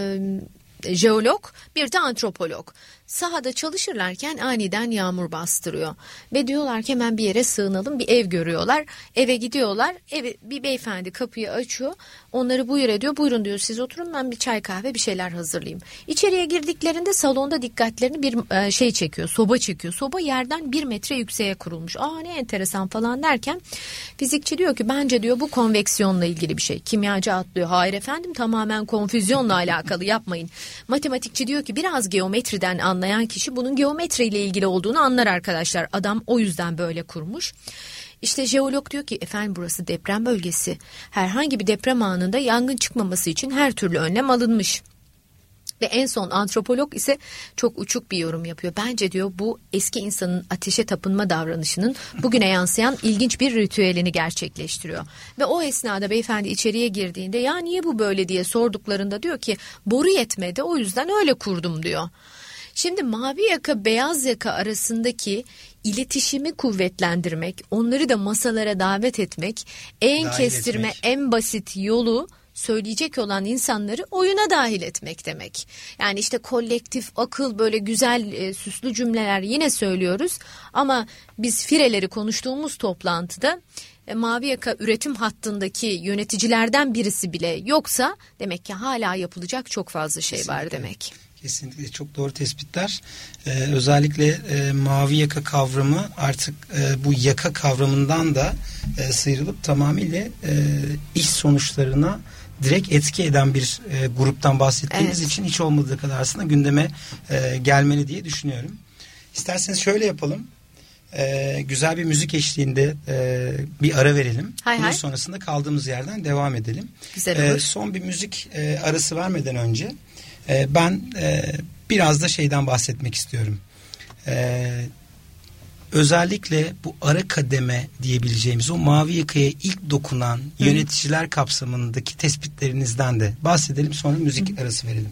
jeolog, bir de antropolog. Sahada çalışırlarken aniden yağmur bastırıyor. Ve diyorlar ki hemen bir yere sığınalım, bir ev görüyorlar. Eve gidiyorlar. Bir beyefendi kapıyı açıyor. Onları buyur ediyor. Buyurun diyor, siz oturun, ben bir çay kahve bir şeyler hazırlayayım. İçeriye girdiklerinde salonda dikkatlerini bir şey çekiyor. Soba çekiyor. Soba yerden 1 metre yükseğe kurulmuş. Ne enteresan falan derken fizikçi diyor ki bence diyor bu konveksiyonla ilgili bir şey. Kimyacı atlıyor. Hayır efendim, tamamen konfüzyonla alakalı, yapmayın. Matematikçi diyor ki biraz geometriden anlayan kişi bunun geometriyle ilgili olduğunu anlar arkadaşlar. Adam o yüzden böyle kurmuş. İşte jeolog diyor ki efendim burası deprem bölgesi. Herhangi bir deprem anında yangın çıkmaması için her türlü önlem alınmış. Ve en son antropolog ise çok uçuk bir yorum yapıyor. Bence diyor bu eski insanın ateşe tapınma davranışının bugüne yansıyan ilginç bir ritüelini gerçekleştiriyor. Ve o esnada beyefendi içeriye girdiğinde ya niye bu böyle diye sorduklarında diyor ki boru yetmedi, o yüzden öyle kurdum diyor. Şimdi mavi yaka beyaz yaka arasındaki iletişimi kuvvetlendirmek, onları da masalara davet etmek, en kestirme, en basit yolu söyleyecek olan insanları oyuna dahil etmek demek. Yani işte kolektif akıl, böyle güzel süslü cümleler yine söylüyoruz ama biz fireleri konuştuğumuz toplantıda mavi yaka üretim hattındaki yöneticilerden birisi bile yoksa demek ki hala yapılacak çok fazla şey var demek. Kesinlikle çok doğru tespitler. Özellikle mavi yaka kavramı artık bu yaka kavramından da sıyrılıp tamamıyla iş sonuçlarına direkt etki eden bir gruptan bahsettiğimiz için hiç olmadığı kadar aslında gündeme gelmeli diye düşünüyorum. İsterseniz şöyle yapalım. Güzel bir müzik eşliğinde bir ara verelim. Bunun sonrasında kaldığımız yerden devam edelim. Son bir müzik arası vermeden önce ben biraz da şeyden bahsetmek istiyorum. Özellikle bu ara kademe diyebileceğimiz o mavi yakaya ilk dokunan yöneticiler kapsamındaki tespitlerinizden de bahsedelim, sonra müzik arası verelim.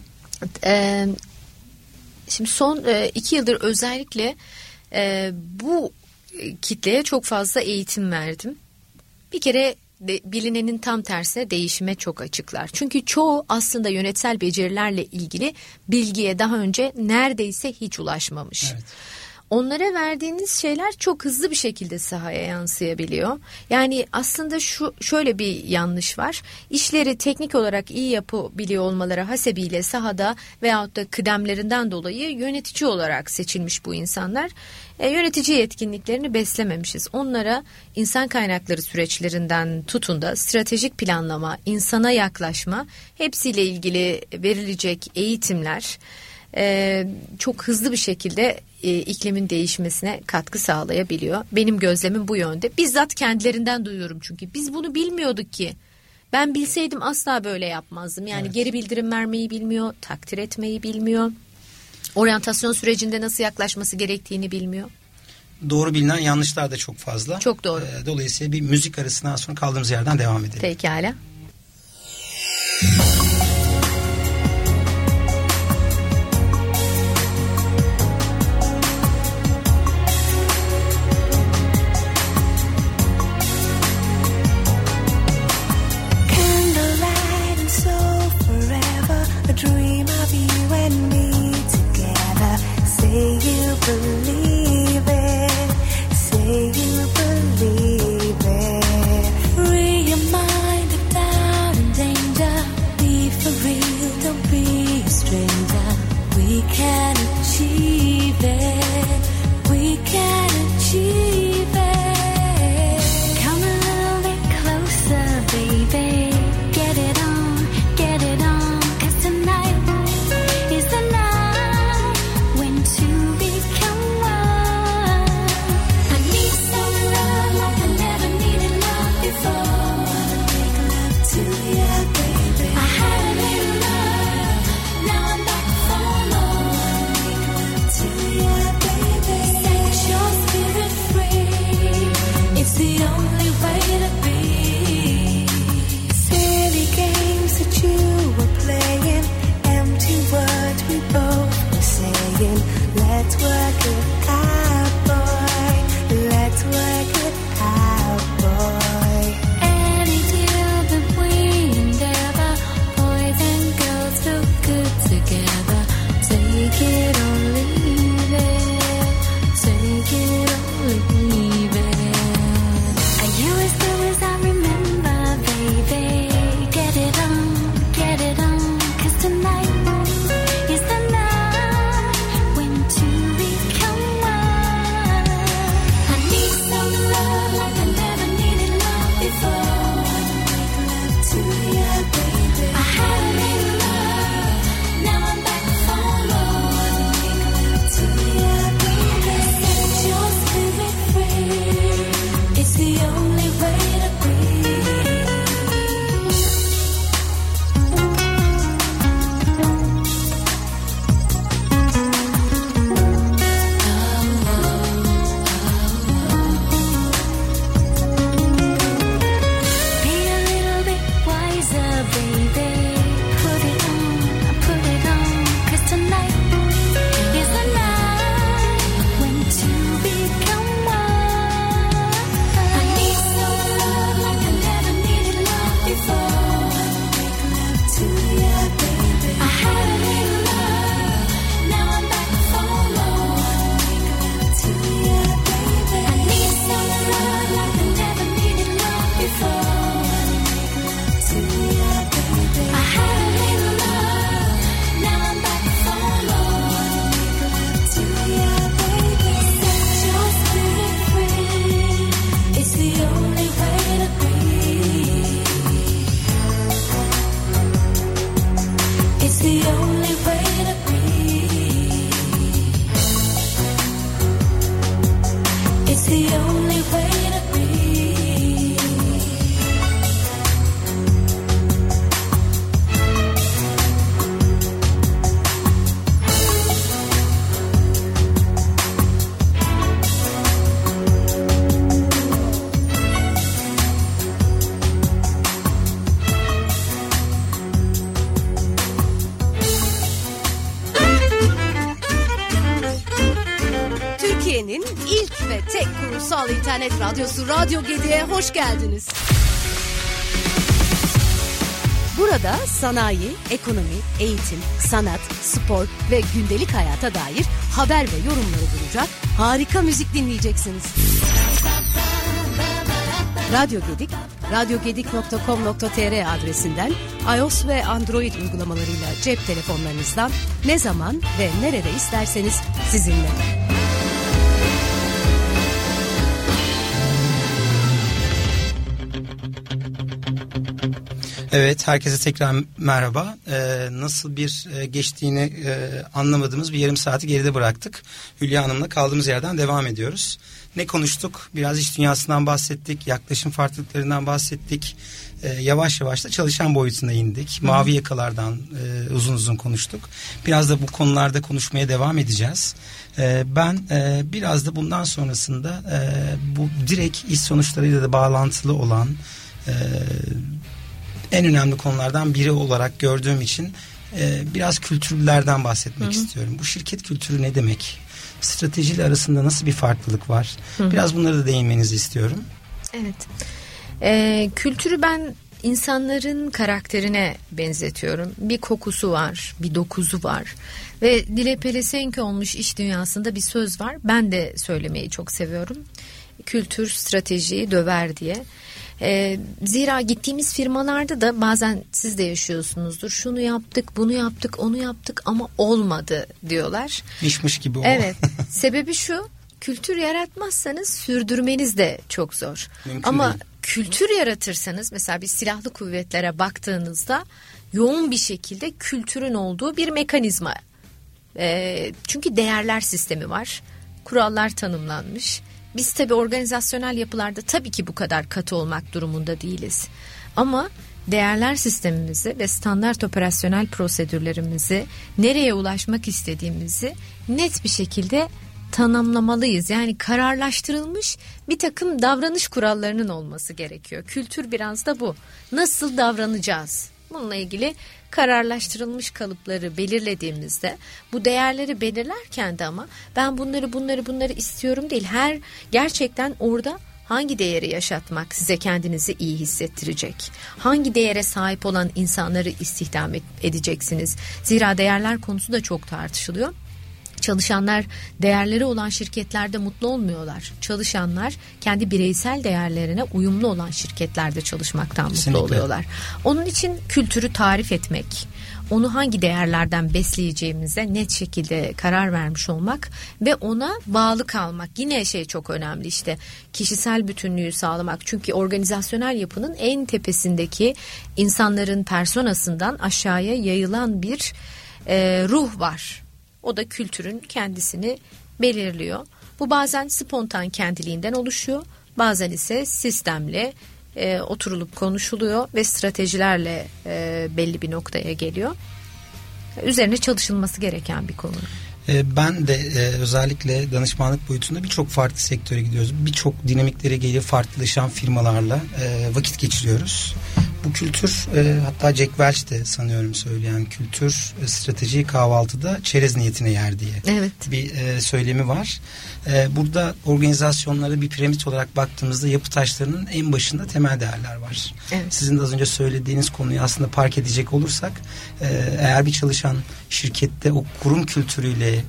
Şimdi son 2 yıldır özellikle bu kitleye çok fazla eğitim verdim. Bir kere bilinenin tam tersine değişime çok açıklar. Çünkü çoğu aslında yönetsel becerilerle ilgili bilgiye daha önce neredeyse hiç ulaşmamış. Evet. Onlara verdiğiniz şeyler çok hızlı bir şekilde sahaya yansıyabiliyor. Yani aslında şöyle bir yanlış var. İşleri teknik olarak iyi yapabiliyor olmaları hasebiyle sahada veyahut da kıdemlerinden dolayı yönetici olarak seçilmiş bu insanlar. Yönetici yetkinliklerini beslememişiz. Onlara insan kaynakları süreçlerinden tutun da stratejik planlama, insana yaklaşma, hepsiyle ilgili verilecek eğitimler çok hızlı bir şekilde iklimin değişmesine katkı sağlayabiliyor. Benim gözlemim bu yönde. Bizzat kendilerinden duyuyorum çünkü. Biz bunu bilmiyorduk ki. Ben bilseydim asla böyle yapmazdım. Yani geri bildirim vermeyi bilmiyor, takdir etmeyi bilmiyor. Oryantasyon sürecinde nasıl yaklaşması gerektiğini bilmiyor. Doğru bilinen yanlışlar da çok fazla. Çok doğru. Dolayısıyla bir müzik arasından sonra kaldığımız yerden devam edelim. Pekala. Free your mind of doubt and danger. Be Türkiye'nin tek kurumsal internet radyosu Radyo Gedi'ye hoş geldiniz. Burada sanayi, ekonomi, eğitim, sanat, spor ve gündelik hayata dair haber ve yorumları bulacak harika müzik dinleyeceksiniz. Radyo Gedik, radyogedik.com.tr adresinden iOS ve Android uygulamalarıyla cep telefonlarınızdan ne zaman ve nerede isterseniz sizinle. Evet, herkese tekrar merhaba. Nasıl bir geçtiğini anlamadığımız bir yarım saati geride bıraktık. Hülya Hanım'la kaldığımız yerden devam ediyoruz. Ne konuştuk? Biraz iş dünyasından bahsettik, yaklaşım farklılıklarından bahsettik. Yavaş yavaş da çalışan boyutuna indik. Mavi yakalardan uzun uzun konuştuk. Biraz da bu konularda konuşmaya devam edeceğiz. Ben biraz da bundan sonrasında bu direkt iş sonuçlarıyla da bağlantılı olan en önemli konulardan biri olarak gördüğüm için biraz kültürlerden bahsetmek istiyorum. Bu şirket kültürü ne demek? Stratejiyle arasında nasıl bir farklılık var? Biraz bunları da değinmenizi istiyorum. Evet. Kültürü ben insanların karakterine benzetiyorum. Bir kokusu var, bir dokuzu var. Ve dile pelesenk olmuş iş dünyasında bir söz var. Ben de söylemeyi çok seviyorum. Kültür stratejiyi döver diye. Zira gittiğimiz firmalarda da bazen siz de yaşıyorsunuzdur. Şunu yaptık, bunu yaptık, onu yaptık ama olmadı diyorlar. Mişmiş gibi o. Evet. Sebebi şu, kültür yaratmazsanız sürdürmeniz de çok zor. Mümkün ama değil. Kültür yaratırsanız mesela bir silahlı kuvvetlere baktığınızda yoğun bir şekilde kültürün olduğu bir mekanizma. Çünkü değerler sistemi var. Kurallar tanımlanmış. Biz tabii organizasyonel yapılarda tabii ki bu kadar katı olmak durumunda değiliz. Ama değerler sistemimizi ve standart operasyonel prosedürlerimizi, nereye ulaşmak istediğimizi net bir şekilde tanımlamalıyız. Yani kararlaştırılmış bir takım davranış kurallarının olması gerekiyor. Kültür biraz da bu. Nasıl davranacağız? Bununla ilgili kararlaştırılmış kalıpları belirlediğimizde bu değerleri belirlerken de ama ben bunları istiyorum değil. Gerçekten orada hangi değeri yaşatmak size kendinizi iyi hissettirecek? Hangi değere sahip olan insanları istihdam edeceksiniz? Zira değerler konusu da çok tartışılıyor. Çalışanlar değerleri olan şirketlerde mutlu olmuyorlar. Çalışanlar kendi bireysel değerlerine uyumlu olan şirketlerde çalışmaktan Kesinlikle. mutlu oluyorlar. Onun için kültürü tarif etmek, onu hangi değerlerden besleyeceğimize net şekilde karar vermiş olmak ve ona bağlı kalmak. Yine çok önemli işte kişisel bütünlüğü sağlamak. Çünkü organizasyonel yapının en tepesindeki insanların personasından aşağıya yayılan bir ruh var. O da kültürün kendisini belirliyor. Bu bazen spontan kendiliğinden oluşuyor. Bazen ise sistemle oturulup konuşuluyor ve stratejilerle belli bir noktaya geliyor. Üzerine çalışılması gereken bir konu. Ben de özellikle danışmanlık boyutunda birçok farklı sektöre gidiyoruz. Birçok dinamikleri geliyor farklılaşan firmalarla vakit geçiriyoruz. Bu kültür hatta Jack Welch de sanıyorum söyleyen kültür strateji kahvaltıda çerez niyetine yer diye bir söylemi var. Burada organizasyonlara bir piramit olarak baktığımızda yapı taşlarının en başında temel değerler var. Evet. Sizin de az önce söylediğiniz konuyu aslında park edecek olursak eğer bir çalışan şirkette o kurum kültürüyle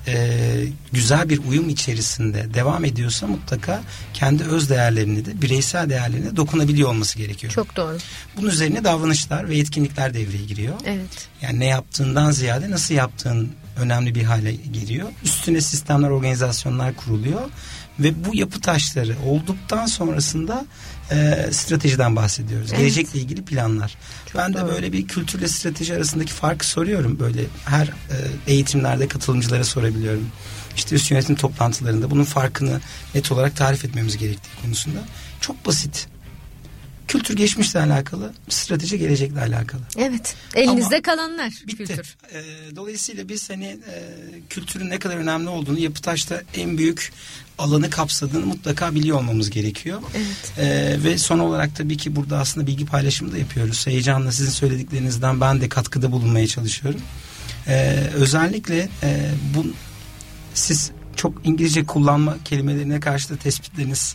güzel bir uyum içerisinde devam ediyorsa mutlaka kendi öz değerlerini de bireysel değerlerine dokunabiliyor olması gerekiyor. Çok doğru. Bunun üzerine davranışlar ve yetkinlikler devreye giriyor. Evet. Yani ne yaptığından ziyade nasıl yaptığın önemli bir hale geliyor. Üstüne sistemler, organizasyonlar kuruluyor ve bu yapı taşları olduktan sonrasında stratejiden bahsediyoruz. Evet. Gelecekle ilgili planlar. Çok ben doğru. De böyle bir kültürle strateji arasındaki farkı soruyorum. Böyle her eğitimlerde katılımcılara sorabiliyorum. İşte üst yönetim toplantılarında bunun farkını net olarak tarif etmemiz gerektiği konusunda. Çok basit. Kültür geçmişle alakalı, strateji gelecekle alakalı. Evet. Elinizde ama kalanlar. Bitti. Kültür. Dolayısıyla biz kültürün ne kadar önemli olduğunu, Yapıtaş'ta en büyük alanı kapsadığını mutlaka biliyor olmamız gerekiyor. Evet. Ve son olarak tabii ki burada aslında bilgi paylaşımı da yapıyoruz. Heyecanla sizin söylediklerinizden ben de katkıda bulunmaya çalışıyorum. Özellikle siz çok İngilizce kullanma kelimelerine karşı da tespitleriniz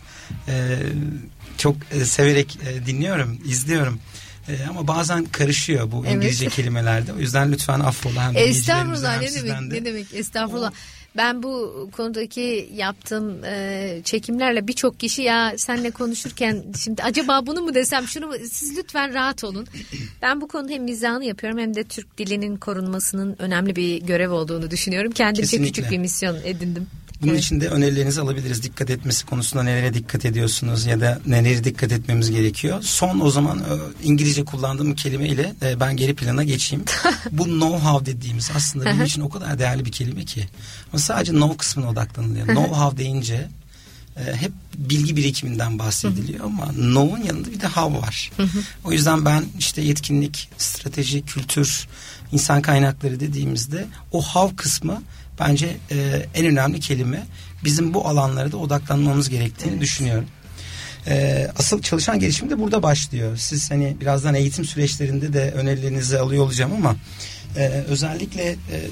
çok severek dinliyorum, izliyorum. Ama bazen karışıyor bu İngilizce kelimelerde. O yüzden lütfen affola hem dinleyicilerimize hem sizden de. Ne demek estağfurullah. Ben bu konudaki yaptığım çekimlerle birçok kişi ya seninle konuşurken şimdi acaba bunu mu desem şunu mu, siz lütfen rahat olun. Ben bu konuda hem mizahını yapıyorum hem de Türk dilinin korunmasının önemli bir görev olduğunu düşünüyorum. Kendimce küçük bir misyon edindim. Bunun için de önerilerinizi alabiliriz. Dikkat etmesi konusunda nelere dikkat ediyorsunuz ya da neleri dikkat etmemiz gerekiyor. Son o zaman İngilizce kullandığım kelimeyle ben geri plana geçeyim. Bu know-how dediğimiz aslında benim için o kadar değerli bir kelime ki. Ama sadece know kısmına odaklanılıyor. Know-how deyince hep bilgi birikiminden bahsediliyor ama know'un yanında bir de how var. O yüzden ben işte yetkinlik, strateji, kültür, insan kaynakları dediğimizde o how kısmı bence en önemli kelime. Bizim bu alanlara da odaklanmamız gerektiğini düşünüyorum. Asıl çalışan gelişim de burada başlıyor. Siz hani birazdan eğitim süreçlerinde de önerilerinizi alıyor olacağım ama özellikle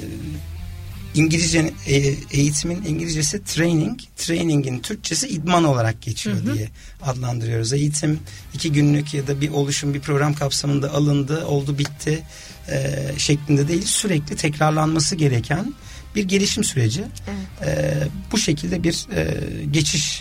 İngilizce eğitimin İngilizcesi training, training'in Türkçesi idman olarak geçiyor diye adlandırıyoruz. Eğitim 2 günlük ya da bir oluşum, bir program kapsamında alındı, oldu, bitti şeklinde değil, sürekli tekrarlanması gereken bir gelişim süreci. Bu şekilde bir geçiş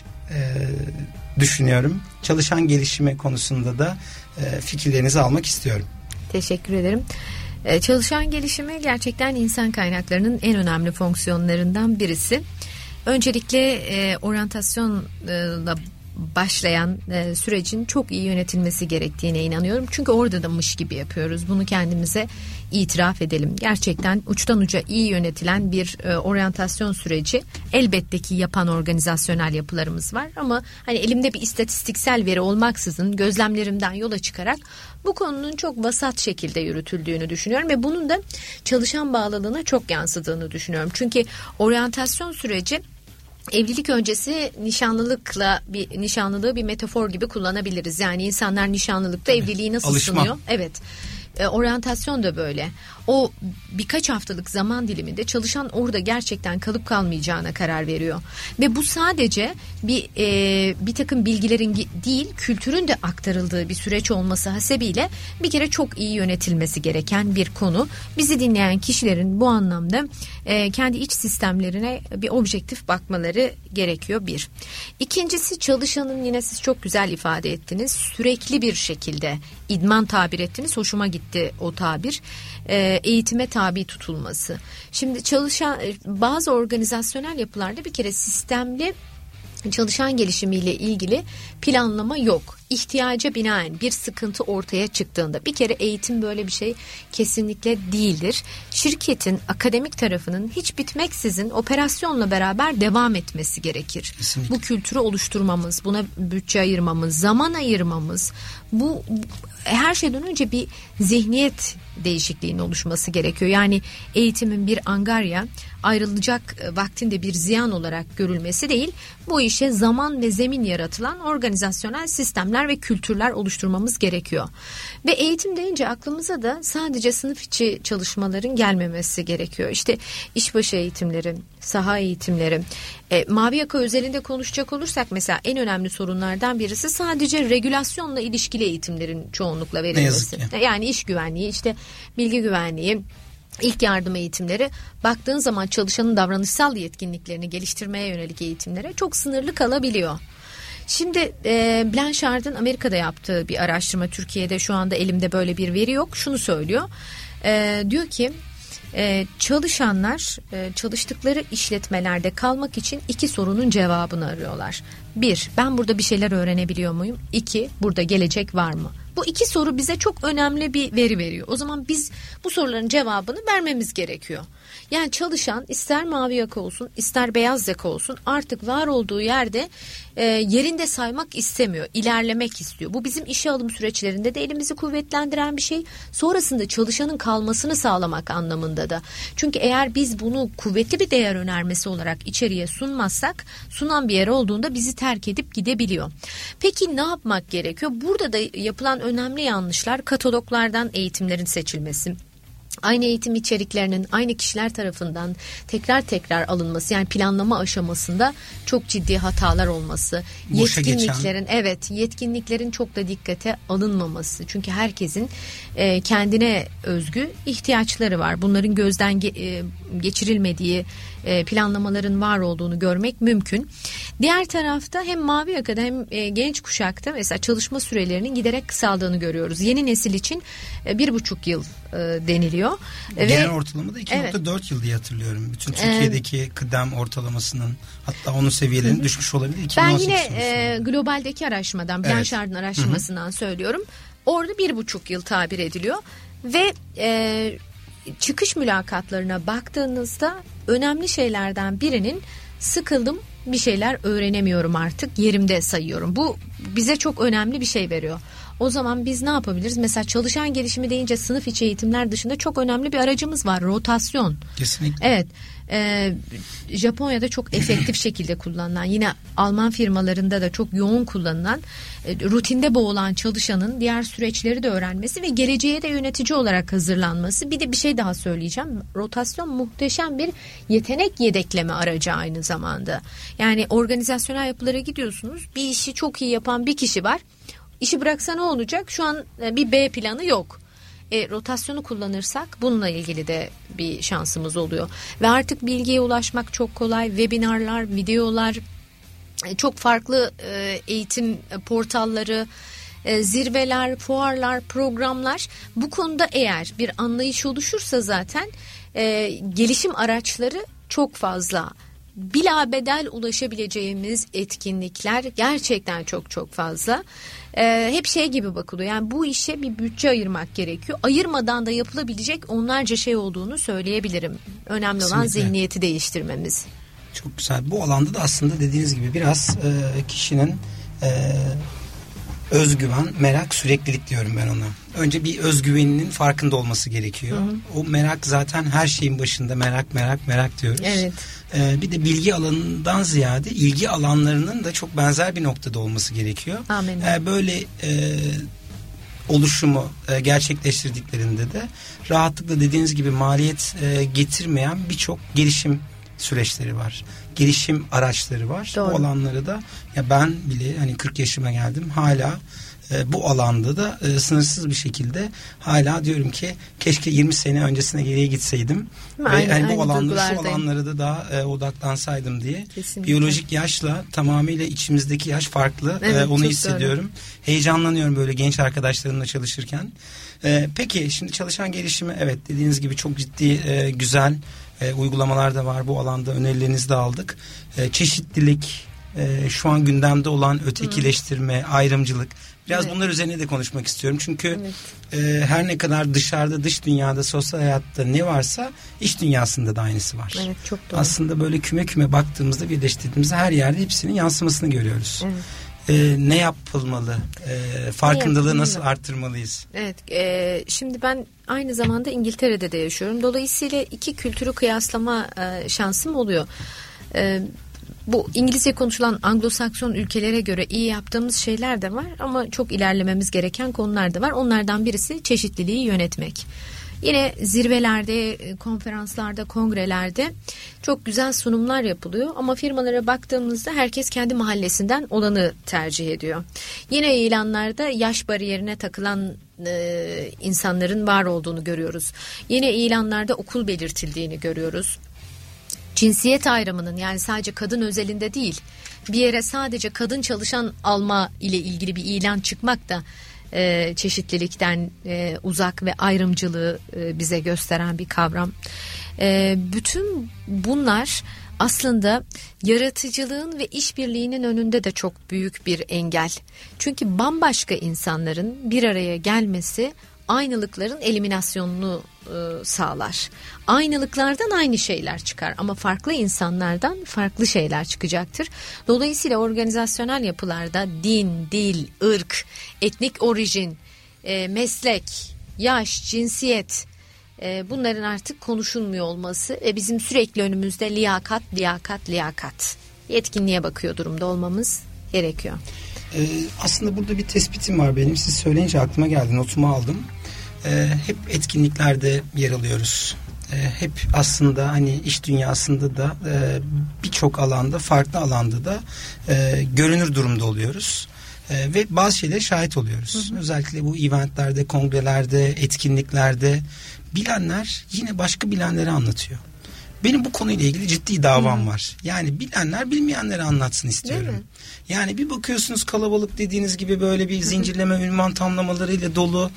düşünüyorum. Çalışan gelişimi konusunda da fikirlerinizi almak istiyorum. Teşekkür ederim. Çalışan gelişimi gerçekten insan kaynaklarının en önemli fonksiyonlarından birisi. Öncelikle oryantasyonla başlayan sürecin çok iyi yönetilmesi gerektiğine inanıyorum. Çünkü orada da mış gibi yapıyoruz. Bunu kendimize itiraf edelim. Gerçekten uçtan uca iyi yönetilen bir oryantasyon süreci elbette ki yapan organizasyonel yapılarımız var ama hani elimde bir istatistiksel veri olmaksızın gözlemlerimden yola çıkarak bu konunun çok vasat şekilde yürütüldüğünü düşünüyorum ve bunun da çalışan bağlılığına çok yansıdığını düşünüyorum. Çünkü oryantasyon süreci evlilik öncesi nişanlılığı bir metafor gibi kullanabiliriz. Yani insanlar nişanlılıkta evliliği nasıl sunuyor? Evet. Oryantasyon da böyle. O birkaç haftalık zaman diliminde çalışan orada gerçekten kalıp kalmayacağına karar veriyor. Ve bu sadece bir takım bilgilerin değil, kültürün de aktarıldığı bir süreç olması hasebiyle bir kere çok iyi yönetilmesi gereken bir konu. Bizi dinleyen kişilerin bu anlamda kendi iç sistemlerine bir objektif bakmaları gerekiyor bir. İkincisi çalışanın, yine siz çok güzel ifade ettiniz, sürekli bir şekilde idman tabir ettiniz. Hoşuma gitti o tabir. Eğitime tabi tutulması. Şimdi çalışan bazı organizasyonel yapılarda bir kere sistemli çalışan gelişimiyle ilgili planlama yok. İhtiyaca binaen bir sıkıntı ortaya çıktığında, bir kere eğitim böyle bir şey kesinlikle değildir. Şirketin akademik tarafının hiç bitmeksizin operasyonla beraber devam etmesi gerekir. Kesinlikle. Bu kültürü oluşturmamız, buna bütçe ayırmamız, zaman ayırmamız, bu her şeyden önce bir zihniyet değişikliğinin oluşması gerekiyor. Yani eğitimin bir angarya, ayrılacak vaktinde bir ziyan olarak görülmesi değil, bu işe zaman ve zemin yaratılan organizasyonel sistemler ve kültürler oluşturmamız gerekiyor. Ve eğitim deyince aklımıza da sadece sınıf içi çalışmaların gelmemesi gerekiyor. İşte işbaşı eğitimleri, saha eğitimleri, Mavi Yaka özelinde konuşacak olursak mesela en önemli sorunlardan birisi sadece regülasyonla ilişkili eğitimlerin çoğunlukla verilmesi. Yani iş güvenliği, işte bilgi güvenliği, İlk yardım eğitimleri, baktığın zaman çalışanın davranışsal yetkinliklerini geliştirmeye yönelik eğitimlere çok sınırlı kalabiliyor. Şimdi Blanchard'ın Amerika'da yaptığı bir araştırma, Türkiye'de şu anda elimde böyle bir veri yok. Şunu söylüyor, diyor ki çalışanlar çalıştıkları işletmelerde kalmak için 2 sorunun cevabını arıyorlar. 1, ben burada bir şeyler öğrenebiliyor muyum? 2, burada gelecek var mı? Bu 2 soru bize çok önemli bir veri veriyor. O zaman biz bu soruların cevabını vermemiz gerekiyor. Yani çalışan ister mavi yaka olsun, ister beyaz yaka olsun, artık var olduğu yerde yerinde saymak istemiyor, ilerlemek istiyor. Bu bizim işe alım süreçlerinde de elimizi kuvvetlendiren bir şey. Sonrasında çalışanın kalmasını sağlamak anlamında da. Çünkü eğer biz bunu kuvvetli bir değer önermesi olarak içeriye sunmazsak, sunan bir yer olduğunda bizi terk edip gidebiliyor. Peki ne yapmak gerekiyor? Burada da yapılan önemli yanlışlar, kataloglardan eğitimlerin seçilmesi. aynı eğitim içeriklerinin aynı kişiler tarafından tekrar alınması, yani planlama aşamasında çok ciddi hatalar olması, yetkinliklerin çok da dikkate alınmaması. Çünkü herkesin kendine özgü ihtiyaçları var. Bunların gözden geçirilmediği planlamaların var olduğunu görmek mümkün. Diğer tarafta hem mavi yakada hem genç kuşakta mesela çalışma sürelerinin giderek kısaldığını görüyoruz. Yeni nesil için 1,5 yıl deniliyor. Genel ortalamada 2,4 yıl diye hatırlıyorum. Bütün Türkiye'deki kıdem ortalamasının, hatta onun seviyelerinin düşmüş olabilir. Ben yine globaldeki araştırmadan, Blanchard'ın araştırmasından söylüyorum. Orada 1,5 yıl tabir ediliyor ve çıkış mülakatlarına baktığınızda önemli şeylerden birinin sıkıldım, bir şeyler öğrenemiyorum artık, yerimde sayıyorum. Bu bize çok önemli bir şey veriyor. O zaman biz ne yapabiliriz? Mesela çalışan gelişimi deyince sınıf içi eğitimler dışında çok önemli bir aracımız var. Rotasyon. Kesinlikle. Evet. Japonya'da çok efektif şekilde kullanılan, yine Alman firmalarında da çok yoğun kullanılan, rutinde boğulan çalışanın diğer süreçleri de öğrenmesi ve geleceğe de yönetici olarak hazırlanması. Bir de bir şey daha söyleyeceğim. Rotasyon muhteşem bir yetenek yedekleme aracı aynı zamanda. Yani organizasyonel yapılara gidiyorsunuz. Bir işi çok iyi yapan bir kişi var. İşi bıraksa ne olacak? Şu an bir B planı yok. Rotasyonu kullanırsak bununla ilgili de bir şansımız oluyor. Ve artık bilgiye ulaşmak çok kolay. Webinarlar, videolar, çok farklı eğitim portalları, zirveler, fuarlar, programlar. Bu konuda eğer bir anlayış oluşursa zaten gelişim araçları çok fazla. Bilabedel ulaşabileceğimiz etkinlikler gerçekten çok fazla. Hep şey gibi bakılıyor. Yani bu işe bir bütçe ayırmak gerekiyor. Ayırmadan da yapılabilecek onlarca şey olduğunu söyleyebilirim. Önemli olan Kesinlikle. zihniyeti değiştirmemiz. Çok güzel. Bu alanda da aslında dediğiniz gibi biraz kişinin özgüven, merak, süreklilik diyorum ben ona. Önce bir özgüveninin farkında olması gerekiyor. O merak zaten her şeyin başında, merak diyoruz. Evet. Bir de bilgi alanından ziyade ilgi alanlarının da çok benzer bir noktada olması gerekiyor. Amin. Böyle oluşumu gerçekleştirdiklerinde de rahatlıkla dediğiniz gibi maliyet getirmeyen birçok gelişim süreçleri var. Gelişim araçları var. Doğru. Bu alanları da ya ben bile hani 40 yaşıma geldim hala bu alanda da sınırsız bir şekilde hala diyorum ki keşke 20 sene öncesine geriye gitseydim ve yani bu alanları, şu alanlara da daha odaklansaydım diye. Kesinlikle. Biyolojik yaşla tamamıyla içimizdeki yaş farklı. Evet, onu çok hissediyorum. doğru. Heyecanlanıyorum böyle genç arkadaşlarımla çalışırken. Peki şimdi çalışan gelişimi, evet dediğiniz gibi çok ciddi güzel uygulamalar da var. Bu alanda önerilerinizi de aldık. Çeşitlilik, şu an gündemde olan ötekileştirme, ayrımcılık. Biraz bunlar üzerine de konuşmak istiyorum. Çünkü her ne kadar dışarıda, dış dünyada, sosyal hayatta ne varsa iş dünyasında da aynısı var. Evet, çok doğru. Aslında böyle küme küme baktığımızda, birleştirdiğimizde her yerde hepsinin yansımasını görüyoruz. Evet. Ne yapılmalı? Farkındalığı nasıl arttırmalıyız? Evet, şimdi ben aynı zamanda İngiltere'de de yaşıyorum. Dolayısıyla iki kültürü kıyaslama şansım oluyor. Bu İngilizce konuşulan Anglo-Sakson ülkelere göre iyi yaptığımız şeyler de var ama çok ilerlememiz gereken konular da var. Onlardan birisi çeşitliliği yönetmek. Yine zirvelerde, konferanslarda, kongrelerde çok güzel sunumlar yapılıyor ama firmalara baktığımızda herkes kendi mahallesinden olanı tercih ediyor. Yine ilanlarda yaş bariyerine takılan insanların var olduğunu görüyoruz. Yine ilanlarda okul belirtildiğini görüyoruz. Cinsiyet ayrımının, yani sadece kadın özelinde değil, bir yere sadece kadın çalışan alma ile ilgili bir ilan çıkmak da çeşitlilikten uzak ve ayrımcılığı bize gösteren bir kavram. Bütün bunlar aslında yaratıcılığın ve işbirliğinin önünde de çok büyük bir engel. Çünkü bambaşka insanların bir araya gelmesi aynılıkların eliminasyonunu sağlar. Aynılıklardan aynı şeyler çıkar ama farklı insanlardan farklı şeyler çıkacaktır. Dolayısıyla organizasyonel yapılarda din, dil, ırk, etnik orijin, meslek, yaş, cinsiyet, bunların artık konuşulmuyor olması ve bizim sürekli önümüzde liyakat, yetkinliğe bakıyor durumda olmamız gerekiyor. Aslında burada bir tespitim var benim. Siz söyleyince aklıma geldi. Notumu aldım. hep etkinliklerde yer alıyoruz. Hep aslında hani iş dünyasında da birçok alanda, farklı alanda da görünür durumda oluyoruz. Ve bazı şeylere şahit oluyoruz. Özellikle bu eventlerde, kongrelerde, etkinliklerde bilenler yine başka bilenleri anlatıyor. Benim bu konuyla ilgili ciddi davam var. Yani bilenler bilmeyenleri anlatsın istiyorum. Yani bir bakıyorsunuz kalabalık dediğiniz gibi böyle bir zincirleme ünvan tamlamalarıyla dolu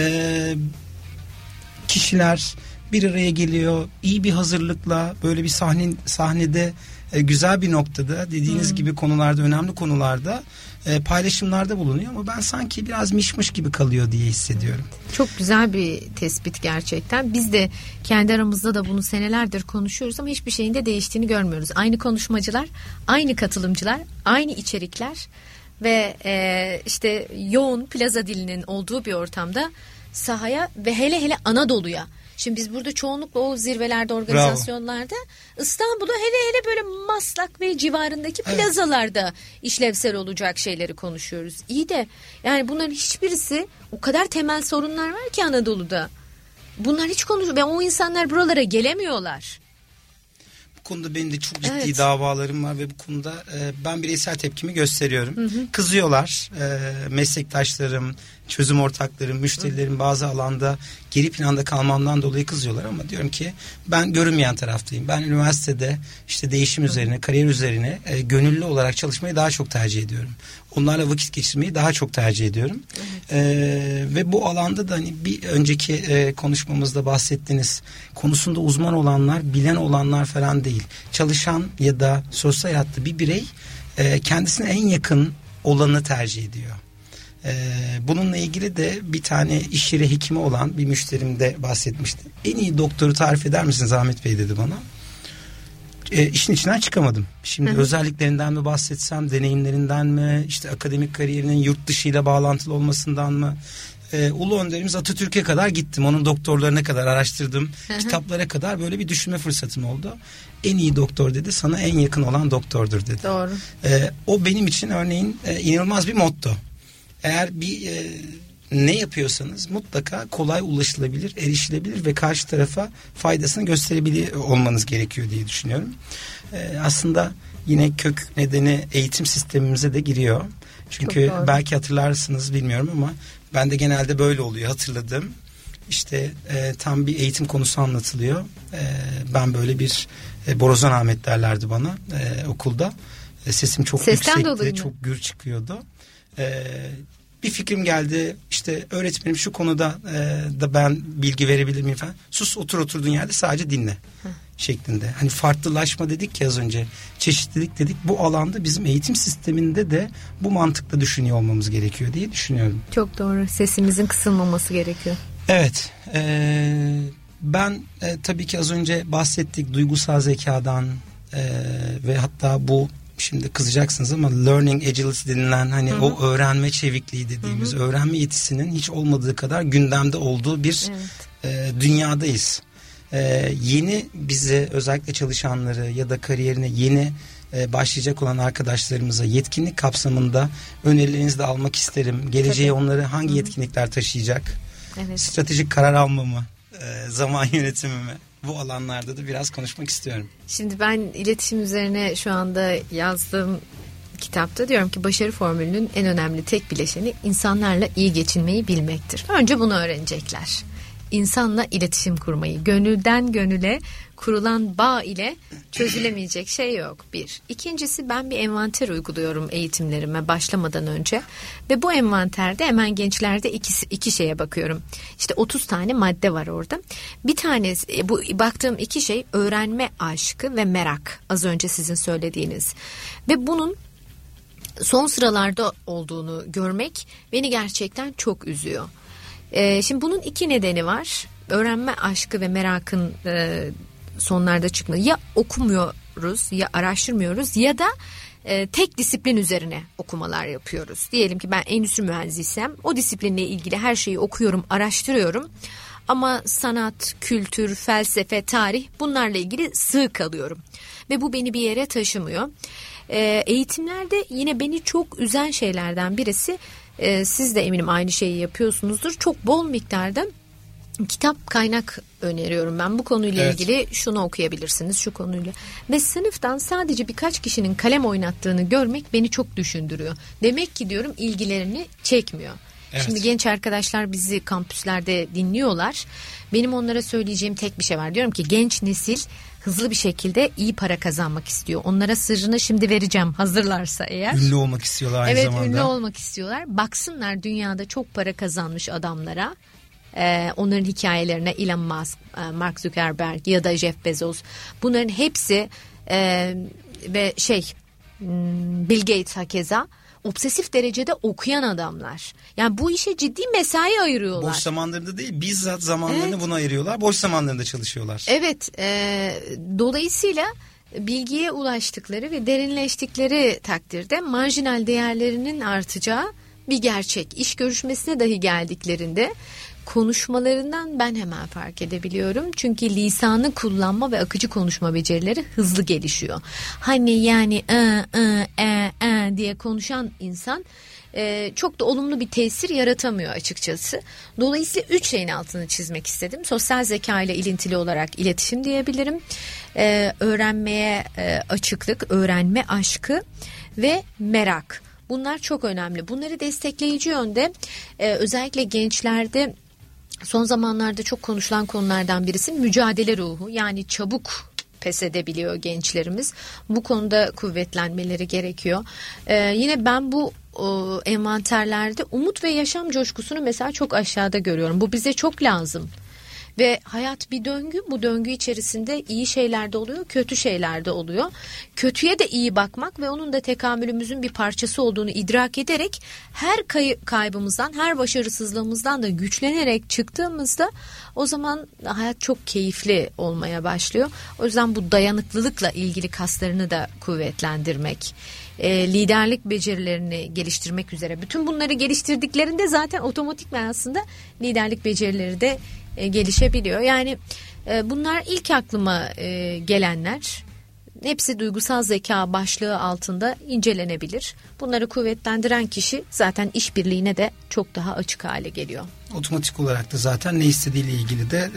kişiler bir araya geliyor. İyi bir hazırlıkla böyle bir sahnede güzel bir noktada dediğiniz gibi konularda, önemli konularda paylaşımlarda bulunuyor ama ben sanki biraz mişmiş gibi kalıyor diye hissediyorum. Çok güzel bir tespit gerçekten. Biz de kendi aramızda da bunu senelerdir konuşuyoruz ama hiçbir şeyin de değiştiğini görmüyoruz. Aynı konuşmacılar, aynı katılımcılar, aynı içerikler ve işte yoğun plaza dilinin olduğu bir ortamda sahaya ve hele Anadolu'ya. Şimdi biz burada çoğunlukla o zirvelerde, organizasyonlarda, İstanbul'da hele böyle Maslak ve civarındaki plazalarda işlevsel olacak şeyleri konuşuyoruz. İyi de yani bunların hiçbirisi, o kadar temel sorunlar var ki Anadolu'da. Bunlar hiç konuşmuyor ve o insanlar buralara gelemiyorlar. Bu konuda benim de çok ciddi davalarım var ve bu konuda ben bireysel tepkimi gösteriyorum. Kızıyorlar meslektaşlarım, çözüm ortaklarım, müşterilerim bazı alanda geri planda kalmamdan dolayı kızıyorlar ama diyorum ki ben görünmeyen taraftayım. Ben üniversitede işte değişim üzerine, kariyer üzerine gönüllü olarak çalışmayı daha çok tercih ediyorum. Onlarla vakit geçirmeyi daha çok tercih ediyorum. Ve bu alanda da hani bir önceki konuşmamızda bahsettiğiniz konusunda uzman olanlar, bilen olanlar falan değil. Çalışan ya da sosyal hayatta bir birey kendisine en yakın olanı tercih ediyor. Bununla ilgili de bir tane iş yeri hekimi olan bir müşterim de bahsetmişti. En iyi doktoru tarif eder misiniz Ahmet Bey dedi bana. İşin içinden çıkamadım. Şimdi özelliklerinden mi bahsetsem, deneyimlerinden mi, işte akademik kariyerinin yurt dışıyla bağlantılı olmasından mı? Ulu önderimiz Atatürk'e kadar gittim. Onun doktorlarına kadar araştırdım. Kitaplara kadar böyle bir düşünme fırsatım oldu. En iyi doktor dedi, sana en yakın olan doktordur dedi. Doğru. O benim için örneğin inanılmaz bir motto. Eğer bir ne yapıyorsanız mutlaka kolay ulaşılabilir, erişilebilir ve karşı tarafa faydasını gösterebilir olmanız gerekiyor diye düşünüyorum. Aslında yine kök nedeni eğitim sistemimize de giriyor. Çünkü belki hatırlarsınız bilmiyorum ama ben de genelde böyle oluyor hatırladım. İşte tam bir eğitim konusu anlatılıyor. Ben böyle bir Borazan Ahmet derlerdi bana okulda. Sesim çok yüksekti, çok gür çıkıyordu. Bir fikrim geldi, işte öğretmenim şu konuda da ben bilgi verebilir miyim falan. Sus, oturduğun yerde sadece dinle şeklinde. Hani farklılaşma dedik ya az önce, çeşitlilik dedik. Bu alanda bizim eğitim sisteminde de bu mantıkla düşünüyor olmamız gerekiyor diye düşünüyorum. Çok doğru, sesimizin kısılmaması gerekiyor. Evet, ben tabii ki az önce bahsettik duygusal zekadan ve hatta bu, şimdi kızacaksınız ama learning agility denilen hani o öğrenme çevikliği dediğimiz öğrenme yetisinin hiç olmadığı kadar gündemde olduğu bir dünyadayız. Yeni bize özellikle çalışanları ya da kariyerine yeni başlayacak olan arkadaşlarımıza yetkinlik kapsamında önerilerinizi de almak isterim. Geleceğe onları hangi yetkinlikler taşıyacak? Stratejik karar alma mı? Zaman yönetimi mi? Bu alanlarda da biraz konuşmak istiyorum. Şimdi ben iletişim üzerine şu anda yazdığım kitapta diyorum ki başarı formülünün en önemli tek bileşeni insanlarla iyi geçinmeyi bilmektir. Önce bunu öğrenecekler. İnsanla iletişim kurmayı, gönülden gönüle kurulan bağ ile çözülemeyecek şey yok. Bir. İkincisi, ben bir envanter uyguluyorum eğitimlerime başlamadan önce ve bu envanterde hemen gençlerde iki şeye bakıyorum. İşte 30 tane madde var orada. Bir tanesi, bu baktığım iki şey öğrenme aşkı ve merak. Az önce sizin söylediğiniz ve bunun son sıralarda olduğunu görmek beni gerçekten çok üzüyor. Şimdi bunun iki nedeni var. Öğrenme aşkı ve merakın sonlarda çıkması. Ya okumuyoruz, ya araştırmıyoruz ya da tek disiplin üzerine okumalar yapıyoruz. Diyelim ki ben endüstri mühendisiysem o disiplinle ilgili her şeyi okuyorum, araştırıyorum. Ama sanat, kültür, felsefe, tarih bunlarla ilgili sığ kalıyorum. Ve bu beni bir yere taşımıyor. Eğitimlerde yine beni çok üzen şeylerden birisi, siz de eminim aynı şeyi yapıyorsunuzdur. Çok bol miktarda kitap kaynak öneriyorum ben bu konuyla ilgili. Şunu okuyabilirsiniz, şu konuyla. Ve sınıftan sadece birkaç kişinin kalem oynattığını görmek beni çok düşündürüyor. Demek ki diyorum ilgilerini çekmiyor. Evet. Şimdi genç arkadaşlar bizi kampüslerde dinliyorlar. Benim onlara söyleyeceğim tek bir şey var. Diyorum ki genç nesil hızlı bir şekilde iyi para kazanmak istiyor. Onlara sırrını şimdi vereceğim, hazırlarsa eğer. Ünlü olmak istiyorlar aynı zamanda. Evet, ünlü olmak istiyorlar. Baksınlar dünyada çok para kazanmış adamlara. Onların hikayelerine, Elon Musk, Mark Zuckerberg ya da Jeff Bezos. Bunların hepsi ve Bill Gates hakeza obsesif derecede okuyan adamlar. Yani bu işe ciddi mesai ayırıyorlar. Boş zamanlarında değil, bizzat zamanlarını buna ayırıyorlar. Boş zamanlarında çalışıyorlar. Evet. Dolayısıyla bilgiye ulaştıkları ve derinleştikleri takdirde marjinal değerlerinin artacağı bir gerçek. İş görüşmesine dahi geldiklerinde konuşmalarından ben hemen fark edebiliyorum. Çünkü lisanı kullanma ve akıcı konuşma becerileri hızlı gelişiyor. Hani yani diye konuşan insan çok da olumlu bir tesir yaratamıyor açıkçası. Dolayısıyla 3 şeyin altını çizmek istedim. Sosyal zeka ile ilintili olarak iletişim diyebilirim. Öğrenmeye açıklık, öğrenme aşkı ve merak. Bunlar çok önemli. Bunları destekleyici yönde özellikle gençlerde son zamanlarda çok konuşulan konulardan birisi mücadele ruhu. Yani çabuk pes edebiliyor gençlerimiz. Bu konuda kuvvetlenmeleri gerekiyor. Yine ben bu envanterlerde umut ve yaşam coşkusunu mesela çok aşağıda görüyorum. Bu bize çok lazım. Ve hayat bir döngü. Bu döngü içerisinde iyi şeyler de oluyor, kötü şeyler de oluyor. Kötüye de iyi bakmak ve onun da tekamülümüzün bir parçası olduğunu idrak ederek her kaybımızdan, her başarısızlığımızdan da güçlenerek çıktığımızda o zaman hayat çok keyifli olmaya başlıyor. O yüzden bu dayanıklılıkla ilgili kaslarını da kuvvetlendirmek, liderlik becerilerini geliştirmek üzere. Bütün bunları geliştirdiklerinde zaten otomatikman aslında liderlik becerileri de gelişebiliyor. Yani bunlar ilk aklıma gelenler. Hepsi duygusal zeka başlığı altında incelenebilir. Bunları kuvvetlendiren kişi zaten işbirliğine de çok daha açık hale geliyor. Otomatik olarak da zaten ne istediğiyle ilgili de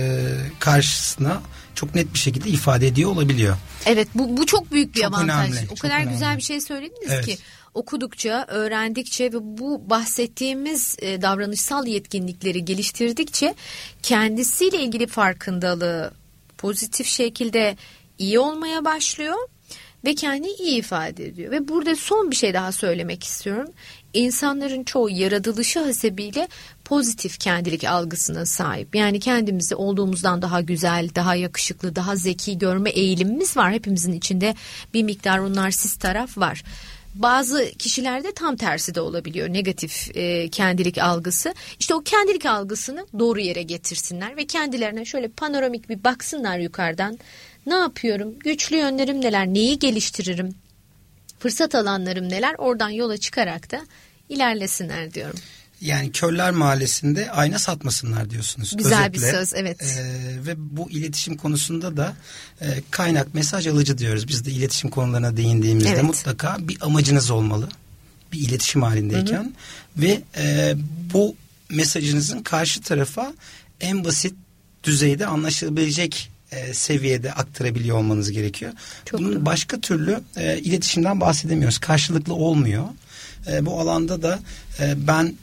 karşısına çok net bir şekilde ifade ediyor olabiliyor. Evet, bu çok büyük bir çok avantaj. Önemli, o kadar önemli. Güzel bir şey söylediniz evet. ki okudukça, öğrendikçe ve bu bahsettiğimiz davranışsal yetkinlikleri geliştirdikçe kendisiyle ilgili farkındalığı pozitif şekilde iyi olmaya başlıyor ve kendini iyi ifade ediyor. Ve burada son bir şey daha söylemek istiyorum. İnsanların çoğu yaratılışı hasebiyle pozitif kendilik algısına sahip. Yani kendimizi olduğumuzdan daha güzel, daha yakışıklı, daha zeki görme eğilimimiz var. Hepimizin içinde bir miktar o narsist taraf var. Bazı kişilerde tam tersi de olabiliyor, negatif kendilik algısı. İşte o kendilik algısını doğru yere getirsinler ve kendilerine şöyle panoramik bir baksınlar yukarıdan. Ne yapıyorum? Güçlü yönlerim neler? Neyi geliştiririm? Fırsat alanlarım neler? Oradan yola çıkarak da ilerlesinler diyorum. Yani Körler Mahallesi'nde ayna satmasınlar diyorsunuz. Güzel özetle. Bir söz, evet. Ve bu iletişim konusunda da kaynak mesaj alıcı diyoruz. Biz de iletişim konularına değindiğimizde evet. Mutlaka bir amacınız olmalı. Bir iletişim halindeyken. Hı hı. Ve bu mesajınızın karşı tarafa en basit düzeyde anlaşılabilecek seviyede aktarabiliyor olmanız gerekiyor. Bunun başka türlü iletişimden bahsedemiyoruz. Karşılıklı olmuyor. Bu alanda da ben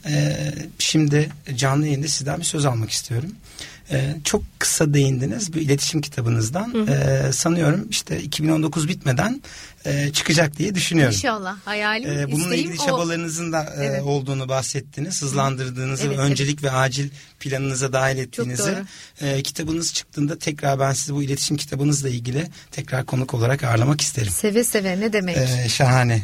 şimdi canlı yayında sizden bir söz almak istiyorum. Çok kısa değindiniz bu iletişim kitabınızdan. Hı hı. Sanıyorum işte 2019 bitmeden çıkacak diye düşünüyorum. İnşallah hayalim, bununla ilgili çabalarınızın da evet. Olduğunu bahsettiniz. Hızlandırdığınızı evet, öncelik ve acil planınıza dahil ettiğinizi. Kitabınız çıktığında tekrar ben sizi bu iletişim kitabınızla ilgili tekrar konuk olarak ağırlamak isterim. Seve seve, ne demek. Şahane.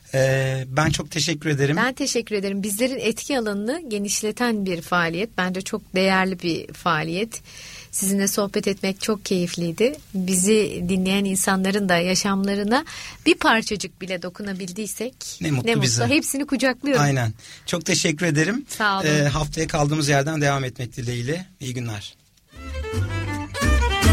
Ben çok teşekkür ederim. Ben teşekkür ederim. Bizlerin etki alanını genişleten bir faaliyet. Bence çok değerli bir faaliyet. Sizinle sohbet etmek çok keyifliydi. Bizi dinleyen insanların da yaşamlarına bir parçacık bile dokunabildiysek ne mutlu bize. Hepsini kucaklıyorum. Aynen. Çok teşekkür ederim. Sağ olun. Haftaya kaldığımız yerden devam etmek dileğiyle. İyi günler.